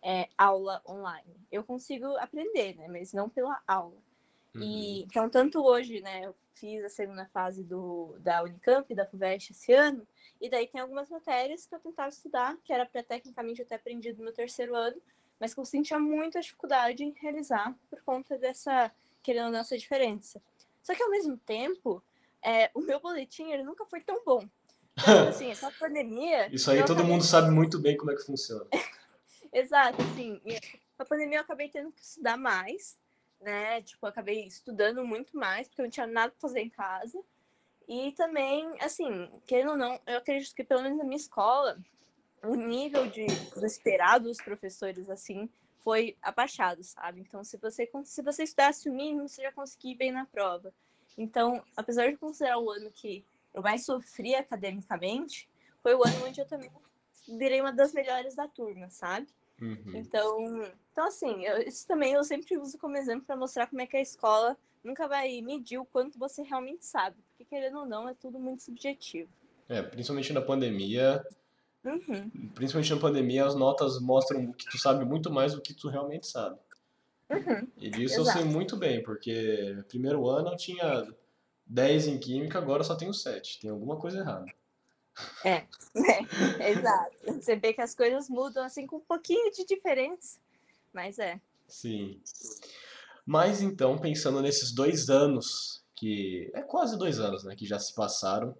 aula online. Eu consigo aprender, né? Mas não pela aula. Uhum. Então, tanto hoje, né? Eu fiz a segunda fase da Unicamp, da FUVEST esse ano, e daí tem algumas matérias que eu tentava estudar, que era para tecnicamente eu ter aprendido no meu terceiro ano, mas que eu sentia muita dificuldade em realizar por conta dessa, querendo ou não, essa diferença. Só que, ao mesmo tempo, o meu boletim, ele nunca foi tão bom. Então, tipo assim, essa pandemia, Isso aí eu todo acabei... mundo sabe muito bem como é que funciona. Exato, assim, a pandemia eu acabei tendo que estudar mais, né? Tipo, eu acabei estudando muito mais, porque eu não tinha nada pra fazer em casa. E também, assim, querendo ou não, eu acredito que pelo menos na minha escola, o nível do esperado dos professores, assim, foi abaixado, sabe? Então, se você estudasse o mínimo, você já conseguia ir bem na prova. Então, apesar de considerar o ano que eu mais sofri academicamente, foi o ano onde eu também virei uma das melhores da turma, sabe? Uhum. Então assim, isso também eu sempre uso como exemplo para mostrar como é que a escola nunca vai medir o quanto você realmente sabe, porque querendo ou não, é tudo muito subjetivo. Principalmente na pandemia, Uhum, as notas mostram que tu sabe muito mais do que tu realmente sabe. uhum, E disso eu sei exato. muito bem, porque primeiro ano eu tinha 10 em química, agora eu só tenho 7. Tem alguma coisa errada. É, exato. Você vê que as coisas mudam assim com um pouquinho de diferença, mas é. Sim. Mas então, pensando nesses 2 anos, que é quase 2 anos, né, que já se passaram,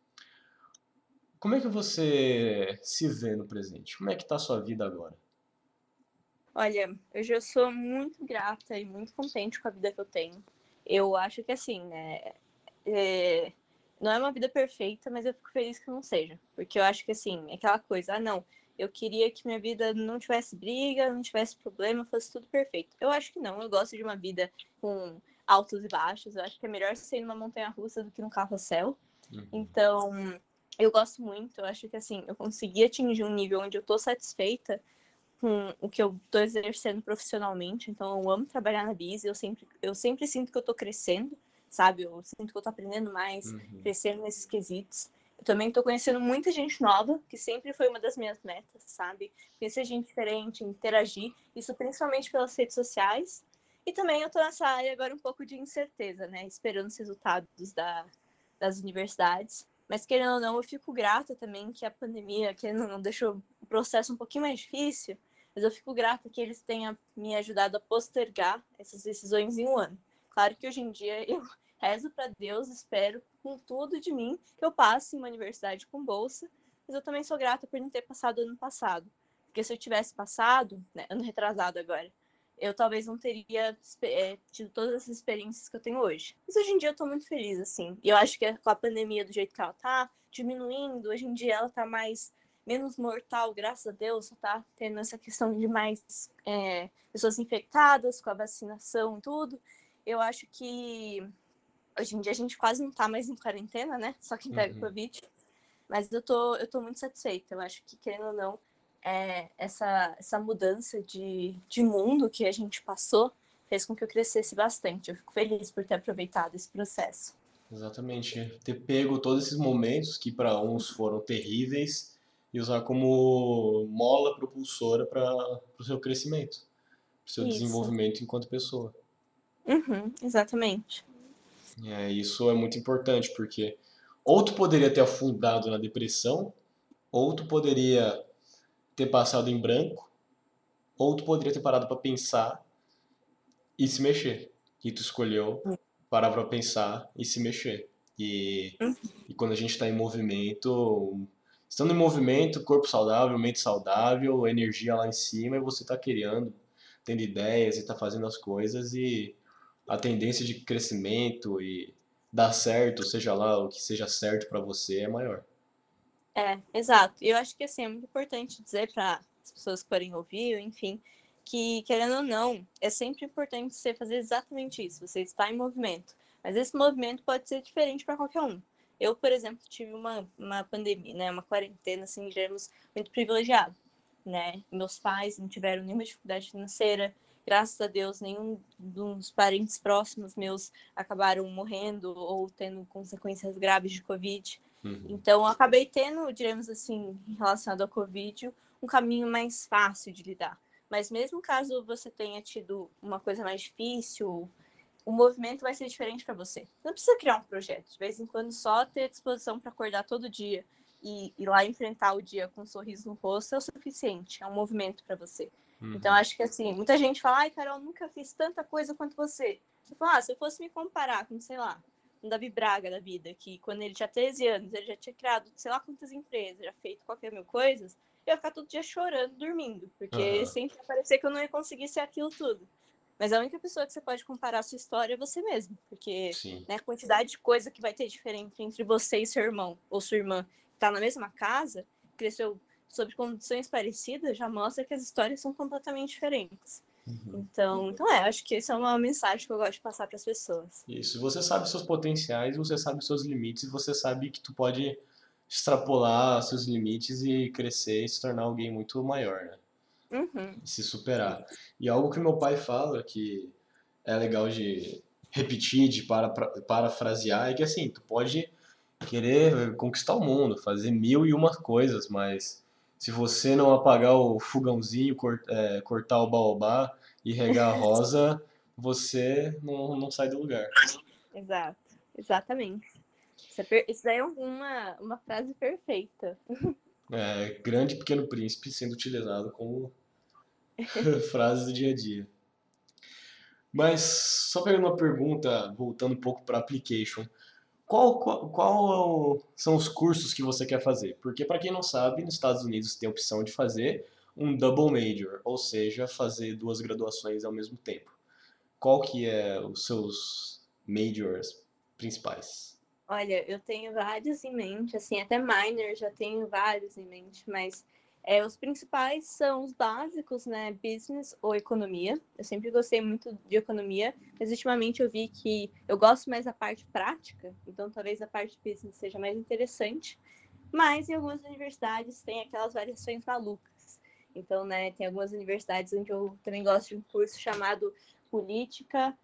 como é que você se vê no presente? Como é que tá a sua vida agora? Olha, eu já sou muito grata e muito contente com a vida que eu tenho. Eu acho que assim, né? é, não é uma vida perfeita, mas eu fico feliz que não seja. Porque eu acho que assim, é aquela coisa, não, eu queria que minha vida não tivesse briga, não tivesse problema, fosse tudo perfeito. Eu acho que não, eu gosto de uma vida com altos e baixos. Eu acho que é melhor ser numa montanha russa do que num carrossel. Uhum. Então, eu gosto muito, eu acho que assim, eu consegui atingir um nível onde eu tô satisfeita com o que eu tô exercendo profissionalmente, então eu amo trabalhar na Biz, eu sempre sinto que eu tô crescendo, sabe? Eu sinto que eu tô aprendendo mais, Uhum. crescendo nesses quesitos. Eu também tô conhecendo muita gente nova, que sempre foi uma das minhas metas, sabe? Conhecer gente diferente, interagir, isso principalmente pelas redes sociais. E também eu tô nessa área agora um pouco de incerteza, né? Esperando os resultados das universidades. Mas querendo ou não, eu fico grata também que a pandemia, querendo ou não, deixou o processo um pouquinho mais difícil, mas eu fico grata que eles tenham me ajudado a postergar essas decisões em um ano. Claro que hoje em dia eu rezo para Deus, espero com tudo de mim que eu passe em uma universidade com bolsa, mas eu também sou grata por não ter passado ano passado. Porque se eu tivesse passado, né, ano retrasado agora, eu talvez não teria tido todas essas experiências que eu tenho hoje. Mas hoje em dia eu tô muito feliz, assim. E eu acho que com a pandemia do jeito que ela tá, diminuindo, hoje em dia ela tá menos mortal, graças a Deus, só tá tendo essa questão de mais pessoas infectadas com a vacinação e tudo. Eu acho que hoje em dia a gente quase não tá mais em quarentena, né? Só quem pega o Uhum. Covid. Mas eu tô muito satisfeita. Eu acho que, querendo ou não, essa mudança de mundo que a gente passou fez com que eu crescesse bastante. Eu fico feliz por ter aproveitado esse processo. Exatamente. Ter pego todos esses momentos que para uns foram terríveis e usar como mola propulsora para o seu crescimento, para o seu Isso. desenvolvimento enquanto pessoa. Uhum, exatamente. Isso é muito importante, porque ou tu poderia ter afundado na depressão, ou tu poderia ter passado em branco, ou tu poderia ter parado para pensar e se mexer. E tu escolheu parar para pensar e se mexer. E, e quando a gente está em movimento, estando em movimento, corpo saudável, mente saudável, energia lá em cima, e você está criando, tendo ideias e está fazendo as coisas, e a tendência de crescimento e dar certo, seja lá o que seja certo para você, é maior. Exato. E eu acho que assim, é muito importante dizer para as pessoas que forem ouvir, enfim, que querendo ou não, é sempre importante você fazer exatamente isso, você está em movimento. Mas esse movimento pode ser diferente para qualquer um. Eu, por exemplo, tive uma pandemia, né, uma quarentena, assim, digamos, muito privilegiado, né? Meus pais não tiveram nenhuma dificuldade financeira, graças a Deus, nenhum dos parentes próximos meus acabaram morrendo ou tendo consequências graves de Covid. Uhum. Então, eu acabei tendo, diremos assim, relacionado ao Covid, um caminho mais fácil de lidar. Mas mesmo caso você tenha tido uma coisa mais difícil, o movimento vai ser diferente para você. Você não precisa criar um projeto. De vez em quando, só ter disposição para acordar todo dia e ir lá enfrentar o dia com um sorriso no rosto é o suficiente. É um movimento para você. Então, acho que assim, muita gente fala, ai, Carol, nunca fiz tanta coisa quanto você. Você fala, se eu fosse me comparar com, sei lá, um Davi Braga da vida, que quando ele tinha 13 anos, ele já tinha criado sei lá quantas empresas, já feito qualquer mil coisas, eu ia ficar todo dia chorando, dormindo, porque sempre ia parecer que eu não ia conseguir ser aquilo tudo. Mas a única pessoa que você pode comparar a sua história é você mesmo, porque né, a quantidade de coisa que vai ter diferente entre você e seu irmão ou sua irmã que está na mesma casa, cresceu sob condições parecidas, já mostra que as histórias são completamente diferentes. Então, acho que essa é uma mensagem que eu gosto de passar para as pessoas. Isso, você sabe seus potenciais, você sabe seus limites, você sabe que tu pode extrapolar seus limites e crescer e se tornar alguém muito maior, né? E se superar. E algo que meu pai fala que é legal de repetir, de parafrasear, é que assim, tu pode querer conquistar o mundo, fazer mil e uma coisas, mas se você não apagar o fogãozinho, cortar o baobá e regar a rosa, você não sai do lugar. Exato, exatamente. Isso daí é uma frase perfeita. Grande Pequeno Príncipe sendo utilizado como frase do dia a dia. Mas só pegando uma pergunta, voltando um pouco para application, qual são os cursos que você quer fazer? Porque para quem não sabe, nos Estados Unidos tem a opção de fazer um double major, ou seja, fazer duas graduações ao mesmo tempo. Qual que é os seus majors principais? Olha, eu tenho vários em mente, assim, até minor já tenho vários em mente, mas os principais são os básicos, né? Business ou economia. Eu sempre gostei muito de economia, mas ultimamente eu vi que eu gosto mais da parte prática, então talvez a parte de business seja mais interessante. Mas em algumas universidades tem aquelas variações malucas. Então, né, tem algumas universidades onde eu também gosto de um curso chamado Política,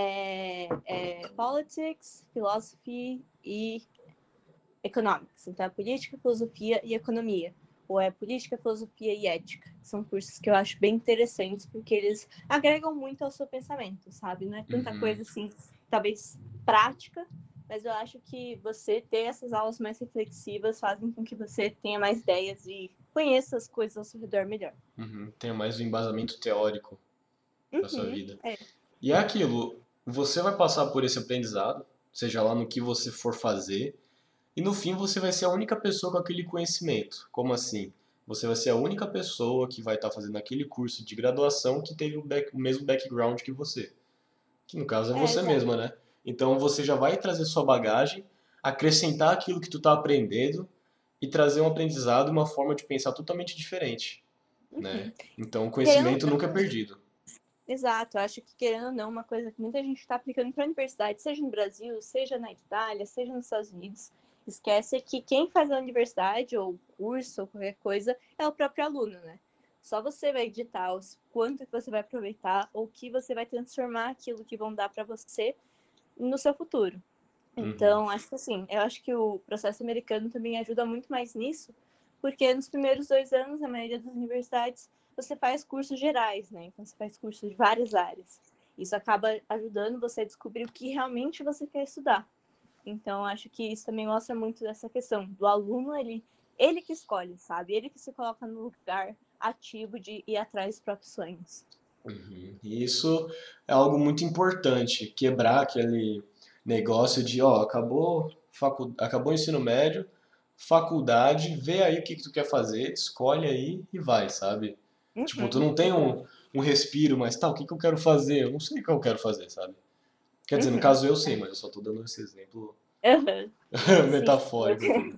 Politics, Philosophy e Economics. Então, é Política, Filosofia e Economia. Ou é Política, Filosofia e Ética. São cursos que eu acho bem interessantes, porque eles agregam muito ao seu pensamento, sabe? Não é tanta coisa assim, talvez prática, mas eu acho que você ter essas aulas mais reflexivas fazem com que você tenha mais ideias e conheça as coisas ao seu redor melhor. Tenha mais um embasamento teórico para sua Uhum, vida. E é aquilo, você vai passar por esse aprendizado, seja lá no que você for fazer, e no fim você vai ser a única pessoa com aquele conhecimento. Como assim? Você vai ser a única pessoa que vai estar fazendo aquele curso de graduação que teve o mesmo background que você. Que no caso é você exato. mesma, né? Então você já vai trazer sua bagagem, acrescentar aquilo que tu está aprendendo e trazer um aprendizado e uma forma de pensar totalmente diferente, né? Uhum. Então o Querendo conhecimento nunca é perdido. Exato, acho que querendo ou não, uma coisa que muita gente está aplicando para a universidade, seja no Brasil, seja na Itália, seja nos Estados Unidos, esquece que quem faz a universidade, ou curso, ou qualquer coisa, é o próprio aluno, né? Só você vai editar os quanto que você vai aproveitar, ou que você vai transformar aquilo que vão dar para você no seu futuro. Então, acho que assim, eu acho que o processo americano também ajuda muito mais nisso, porque nos primeiros 2 anos, na maioria das universidades, você faz cursos gerais, né? Então, você faz cursos de várias áreas. Isso acaba ajudando você a descobrir o que realmente você quer estudar. Então, acho que isso também mostra muito dessa questão do aluno, ele que escolhe, sabe? Ele que se coloca no lugar ativo de ir atrás dos próprios sonhos. E isso é algo muito importante, quebrar aquele negócio de, ó, acabou o ensino médio, faculdade, vê aí o que que tu quer fazer, escolhe aí e vai, sabe? Tipo, tu Uhum, não tem um respiro, mas tá, o que que eu quero fazer? Eu não sei o que eu quero fazer, sabe? Quer dizer, no uhum. caso eu sei, mas eu só tô dando esse exemplo Uhum. Não, sim. metafórico aqui.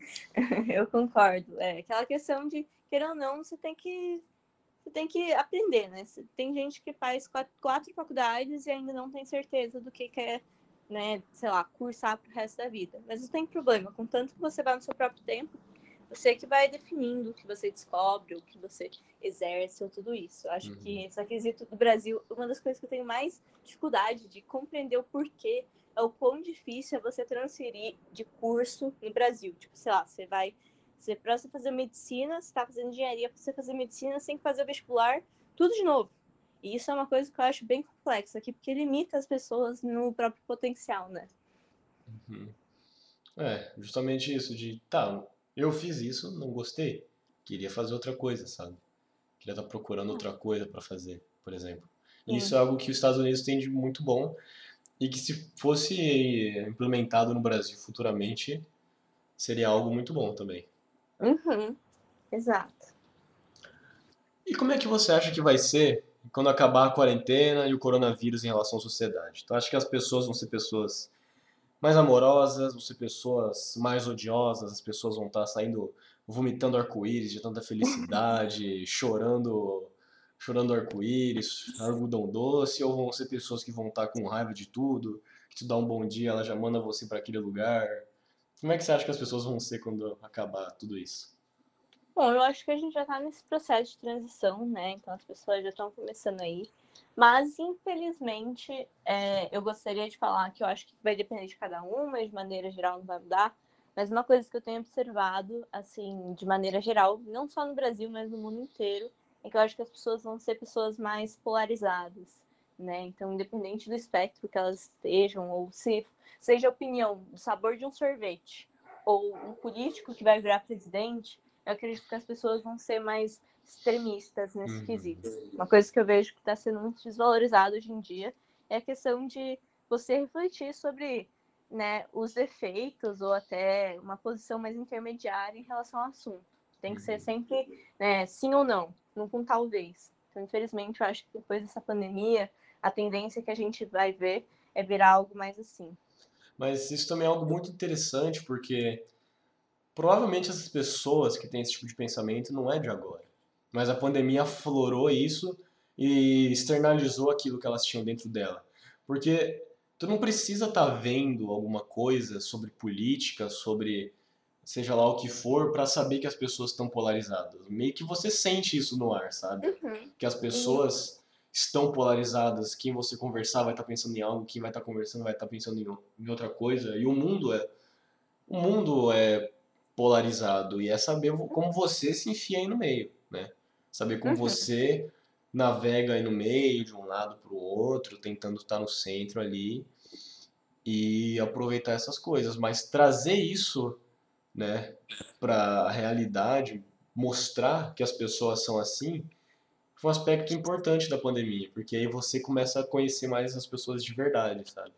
Eu concordo. É aquela questão de, querer ou não, você tem que aprender, né? Tem gente que faz quatro faculdades e ainda não tem certeza do que quer, né, sei lá, cursar pro resto da vida. Mas não tem problema, contanto que você vai no seu próprio tempo, você que vai definindo o que você descobre, o que você exerce, ou tudo isso. Eu acho que esse quesito do Brasil, uma das coisas que eu tenho mais dificuldade de compreender o porquê é o quão difícil é você transferir de curso no Brasil. Tipo, sei lá, para você fazer medicina, você está fazendo engenharia, para você fazer medicina, você tem que fazer o vestibular tudo de novo. E isso é uma coisa que eu acho bem complexa aqui, porque limita as pessoas no próprio potencial, né? Uhum. Justamente isso de, tá, eu fiz isso, não gostei, queria fazer outra coisa, sabe? Queria estar procurando outra coisa para fazer, por exemplo. E isso Sim. é algo que os Estados Unidos têm de muito bom e que se fosse implementado no Brasil futuramente, seria algo muito bom também. Uhum. Exato. E como é que você acha que vai ser quando acabar a quarentena e o coronavírus em relação à sociedade? Tu acha que as pessoas vão ser pessoas mais amorosas, vão ser pessoas mais odiosas, as pessoas vão estar saindo vomitando arco-íris de tanta felicidade, chorando arco-íris, algodão doce, ou vão ser pessoas que vão estar com raiva de tudo, que tu dá um bom dia, ela já manda você para aquele lugar? Como é que você acha que as pessoas vão ser quando acabar tudo isso? Bom, eu acho que a gente já está nesse processo de transição, né? Então as pessoas já estão começando aí. Mas, infelizmente, eu gostaria de falar que eu acho que vai depender de cada um, mas de maneira geral não vai mudar. Mas uma coisa que eu tenho observado, assim, de maneira geral, não só no Brasil, mas no mundo inteiro, é que eu acho que as pessoas vão ser pessoas mais polarizadas, né? Então, independente do espectro que elas estejam, ou se seja a opinião, do sabor de um sorvete, ou um político que vai virar presidente, eu acredito que as pessoas vão ser mais extremistas nesse Uhum. quesito. Uma coisa que eu vejo que está sendo muito desvalorizada hoje em dia é a questão de você refletir sobre, né, os defeitos ou até uma posição mais intermediária em relação ao assunto. Tem que ser Uhum. sempre, né, sim ou não, não com talvez. Então, infelizmente, eu acho que depois dessa pandemia, a tendência que a gente vai ver é virar algo mais assim. Mas isso também é algo muito interessante, porque provavelmente essas pessoas que têm esse tipo de pensamento não é de agora. Mas a pandemia aflorou isso e externalizou aquilo que elas tinham dentro dela. Porque tu não precisa estar vendo alguma coisa sobre política, sobre seja lá o que for, para saber que as pessoas estão polarizadas. Meio que você sente isso no ar, sabe? Uhum. Que as E, pessoas estão polarizadas. Quem você conversar vai estar pensando em algo, quem vai estar conversando vai estar pensando em outra coisa. E o mundo é polarizado e é saber como você se enfia aí no meio, né? Saber como uhum. você navega aí no meio, de um lado para o outro, tentando estar no centro ali e aproveitar essas coisas, mas trazer isso, né, para a realidade, mostrar que as pessoas são assim, foi um aspecto importante da pandemia, porque aí você começa a conhecer mais as pessoas de verdade, sabe?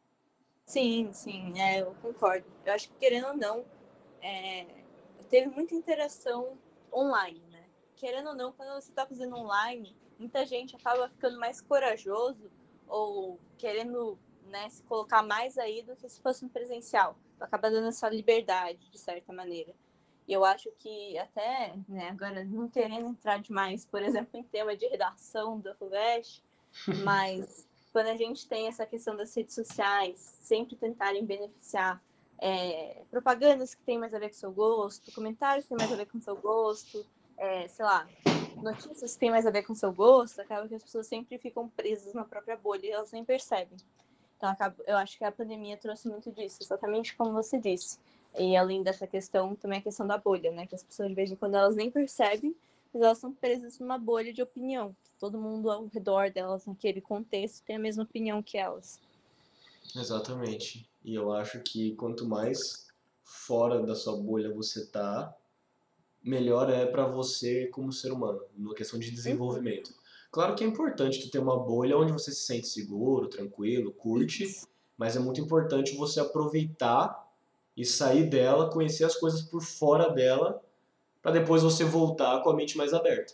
Sim, sim, eu concordo. Eu acho que, querendo ou não, é, teve muita interação online, né? Querendo ou não, quando você está fazendo online, muita gente acaba ficando mais corajoso ou querendo, né, se colocar mais aí do que se fosse no presencial. Acaba dando essa liberdade, de certa maneira. E eu acho que até, né, agora não querendo entrar demais, por exemplo, em tema de redação da FUVEST, mas quando a gente tem essa questão das redes sociais, sempre tentarem beneficiar propagandas que têm mais a ver com o seu gosto, comentários que têm mais a ver com o seu gosto, sei lá, notícias que têm mais a ver com o seu gosto, acaba que as pessoas sempre ficam presas na própria bolha e elas nem percebem. Então, eu acho que a pandemia trouxe muito disso, exatamente como você disse. E além dessa questão, também a questão da bolha, né? Que as pessoas, de vez em quando, elas nem percebem, mas elas são presas numa bolha de opinião. Todo mundo ao redor delas, naquele contexto, tem a mesma opinião que elas. Exatamente. E eu acho que quanto mais fora da sua bolha você tá, melhor é para você como ser humano, na questão de Uhum. desenvolvimento. Claro que é importante tu ter uma bolha onde você se sente seguro, tranquilo, curte, Isso. mas é muito importante você aproveitar e sair dela, conhecer as coisas por fora dela, para depois você voltar com a mente mais aberta.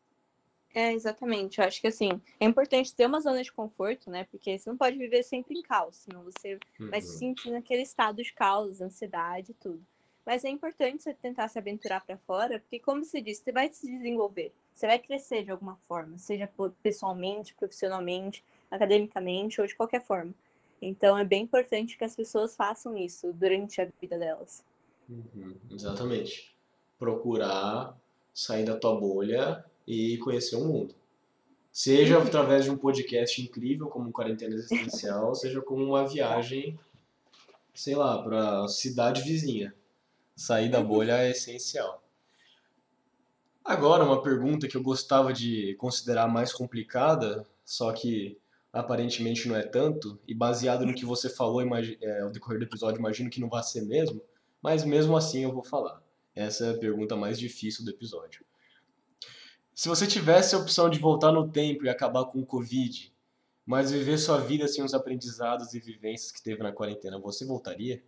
Exatamente. Eu acho que assim, é importante ter uma zona de conforto, né? Porque você não pode viver sempre em caos, senão você vai se Uhum. sentir naquele estado de caos, ansiedade e tudo. Mas é importante você tentar se aventurar para fora, porque como se diz, você vai se desenvolver, você vai crescer de alguma forma, seja pessoalmente, profissionalmente, academicamente ou de qualquer forma. Então é bem importante que as pessoas façam isso durante a vida delas. Uhum, exatamente. Procurar sair da tua bolha e conhecer o mundo. Seja Uhum. através de um podcast incrível como Quarentena Existencial, seja como uma viagem, sei lá, para cidade vizinha. Sair da Uhum. bolha é essencial. Agora, uma pergunta que eu gostava de considerar mais complicada, só que aparentemente não é tanto, e baseado no que você falou ao decorrer do episódio, imagino que não vai ser mesmo, mas mesmo assim eu vou falar. Essa é a pergunta mais difícil do episódio. Se você tivesse a opção de voltar no tempo e acabar com o Covid, mas viver sua vida sem os aprendizados e vivências que teve na quarentena, você voltaria?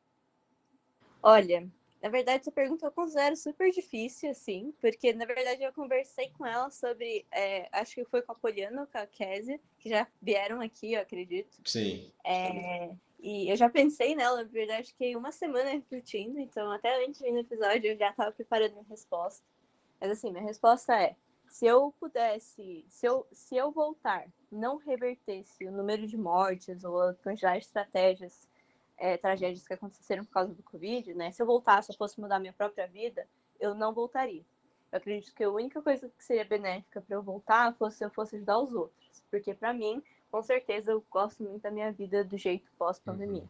Olha, na verdade, essa pergunta eu considero super difícil, assim, porque na verdade eu conversei com ela sobre, acho que foi com a Poliana, com a Kézia, que já vieram aqui, eu acredito. Sim. E eu já pensei nela, na verdade, fiquei uma semana refletindo, então até antes de ir no episódio eu já estava preparando minha resposta. Mas assim, minha resposta é: se eu pudesse, se eu voltar, não revertesse o número de mortes ou a quantidade de tragédias que aconteceram por causa do Covid, né? Se eu voltasse, eu fosse mudar minha própria vida, eu não voltaria. Eu acredito que a única coisa que seria benéfica para eu voltar fosse se eu fosse ajudar os outros. Porque para mim, com certeza, eu gosto muito da minha vida do jeito pós-pandemia.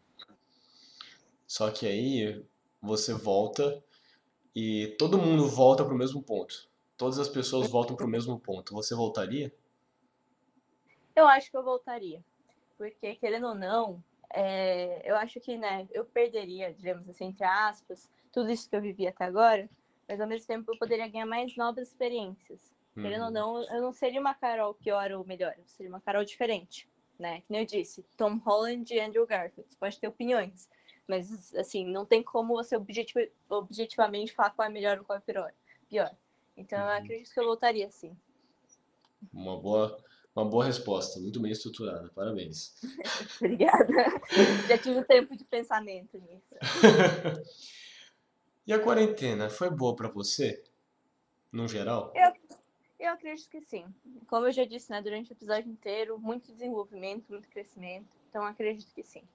Só que aí você volta e todo mundo volta pro mesmo ponto. Todas as pessoas voltam pro mesmo ponto. Você voltaria? Eu acho que eu voltaria. Porque, querendo ou não, eu acho que, né, eu perderia, digamos assim, entre aspas, tudo isso que eu vivi até agora, mas ao mesmo tempo eu poderia ganhar mais novas experiências. Querendo ou não, eu não seria uma Carol pior ou melhor, eu seria uma Carol diferente, né? Como eu disse, Tom Holland e Andrew Garfield, você pode ter opiniões, mas, assim, não tem como você objetivamente falar qual é melhor ou qual é pior. Então, eu acredito que eu voltaria, sim. Uma boa, uma boa resposta, muito bem estruturada. Parabéns. Obrigada. Já tive tempo de pensamento nisso. E a quarentena foi boa pra você, no geral? Eu, eu acredito que sim. Como eu já disse, né, durante o episódio inteiro, muito desenvolvimento, muito crescimento. Então, acredito que sim.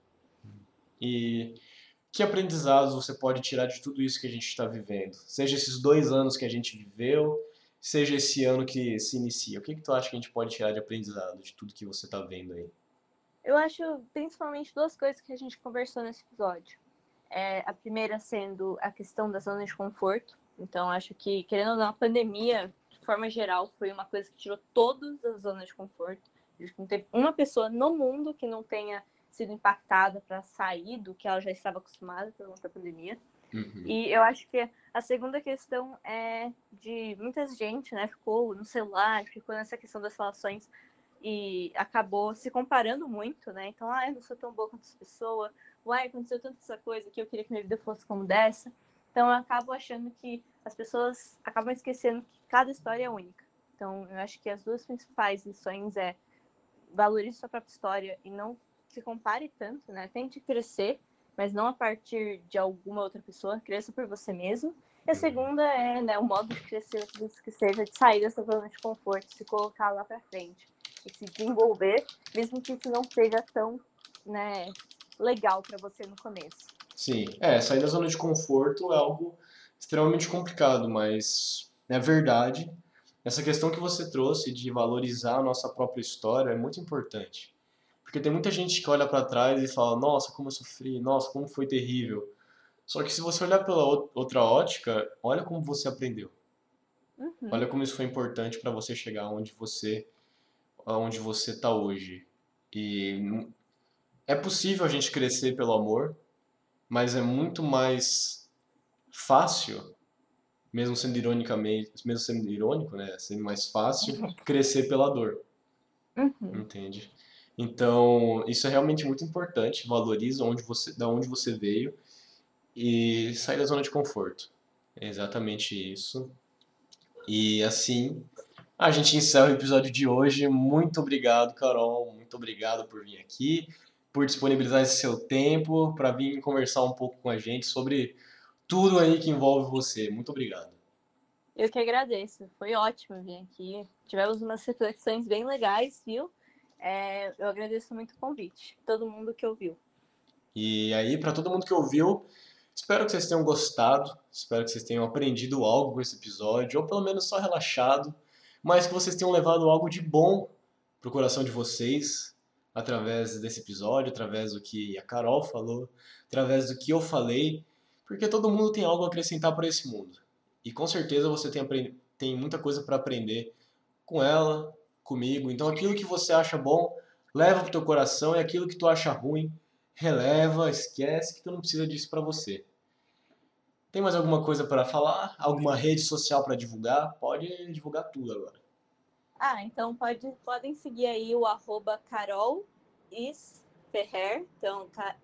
E que aprendizados você pode tirar de tudo isso que a gente está vivendo? Seja esses 2 anos que a gente viveu, seja esse ano que se inicia. O que que tu acha que a gente pode tirar de aprendizado de tudo que você está vendo aí? Eu acho principalmente duas coisas que a gente conversou nesse episódio. A primeira sendo a questão da zona de conforto. Então, acho que, querendo ou não, a pandemia, de forma geral, foi uma coisa que tirou todas as zonas de conforto. Não teve uma pessoa no mundo que não tenha sido impactada para sair do que ela já estava acostumada por conta da pandemia. Uhum. E eu acho que a segunda questão é de muita gente, né, ficou no celular, ficou nessa questão das relações e acabou se comparando muito, né? Então, eu não sou tão boa quanto essa pessoa, aconteceu tanta essa coisa que eu queria que minha vida fosse como dessa. Então, eu acabo achando que as pessoas acabam esquecendo que cada história é única. Então, eu acho que as duas principais lições é valorize sua própria história e não se compare tanto, né? Tente crescer, mas não a partir de alguma outra pessoa, cresça por você mesmo. E a segunda é, né, o modo de crescer, que seja de sair dessa zona de conforto, se colocar lá para frente e se desenvolver, mesmo que isso não seja tão, né, legal para você no começo. Sim, sair da zona de conforto é algo extremamente complicado, mas é verdade. Essa questão que você trouxe de valorizar a nossa própria história é muito importante. Porque tem muita gente que olha pra trás e fala: nossa, como eu sofri, nossa, como foi terrível. Só que se você olhar pela outra ótica, olha como você aprendeu. Uhum. Olha como isso foi importante pra você chegar aonde você tá hoje. E é possível a gente crescer pelo amor, mas é muito mais fácil, mesmo sendo irônico, né, sendo mais fácil crescer pela dor, Uhum. entende? Então, isso é realmente muito importante, valoriza da onde você veio e sair da zona de conforto. É exatamente isso. E assim, a gente encerra o episódio de hoje. Muito obrigado, Carol. Muito obrigado por vir aqui, por disponibilizar esse seu tempo para vir conversar um pouco com a gente sobre tudo aí que envolve você. Muito obrigado. Eu que agradeço, foi ótimo vir aqui. Tivemos umas reflexões bem legais, viu? Eu agradeço muito o convite, todo mundo que ouviu. E aí, para todo mundo que ouviu, espero que vocês tenham gostado, espero que vocês tenham aprendido algo com esse episódio, ou pelo menos só relaxado, mas que vocês tenham levado algo de bom pro coração de vocês através desse episódio, através do que a Carol falou, através do que eu falei, porque todo mundo tem algo a acrescentar para esse mundo. E com certeza você tem tem muita coisa para aprender com ela, comigo. Então aquilo que você acha bom, leva pro teu coração, e aquilo que tu acha ruim, releva, esquece que tu não precisa disso para você. Tem mais alguma coisa para falar? Alguma rede social para divulgar? Pode divulgar tudo agora. Então podem seguir aí o @Carol Isferrer, então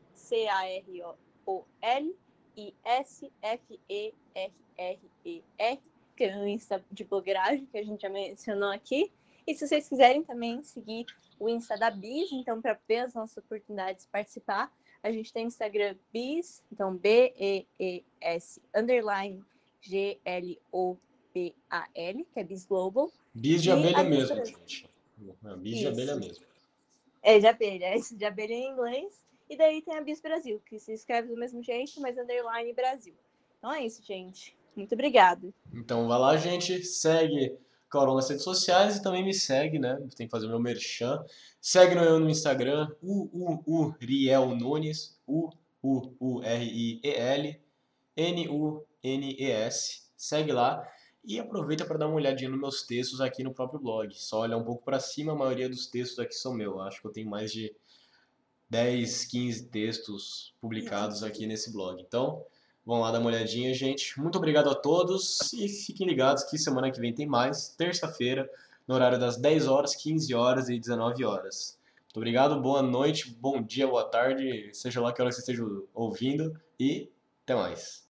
CarolIsferrer, que é o Insta de blogueiragem que a gente já mencionou aqui. E se vocês quiserem também seguir o Insta da Bis, então para ver as nossas oportunidades de participar, a gente tem o Instagram Bis, então BEES _GLOBAL, que é Bis Global. Bis de E abelha a Bis mesmo, Brasil. gente. Bis de abelha mesmo. É de abelha, esse de abelha em inglês. E daí tem a Bis Brasil, que se escreve do mesmo jeito, mas underline Brasil. Então é isso, gente. Muito obrigada. Então vai lá, gente, segue Carol nas redes sociais e também me segue, né? Tem que fazer o meu merchan. Segue no Instagram, Riel Nunes, Uriel Nunes. Segue lá e aproveita para dar uma olhadinha nos meus textos aqui no próprio blog. Só olhar um pouco para cima, a maioria dos textos aqui são meus. Acho que eu tenho mais de 10, 15 textos publicados aqui nesse blog. Então, vão lá dar uma olhadinha, gente. Muito obrigado a todos e fiquem ligados que semana que vem tem mais, terça-feira, no horário das 10 horas, 15 horas e 19 horas. Muito obrigado, boa noite, bom dia, boa tarde, seja lá que hora você esteja ouvindo e até mais.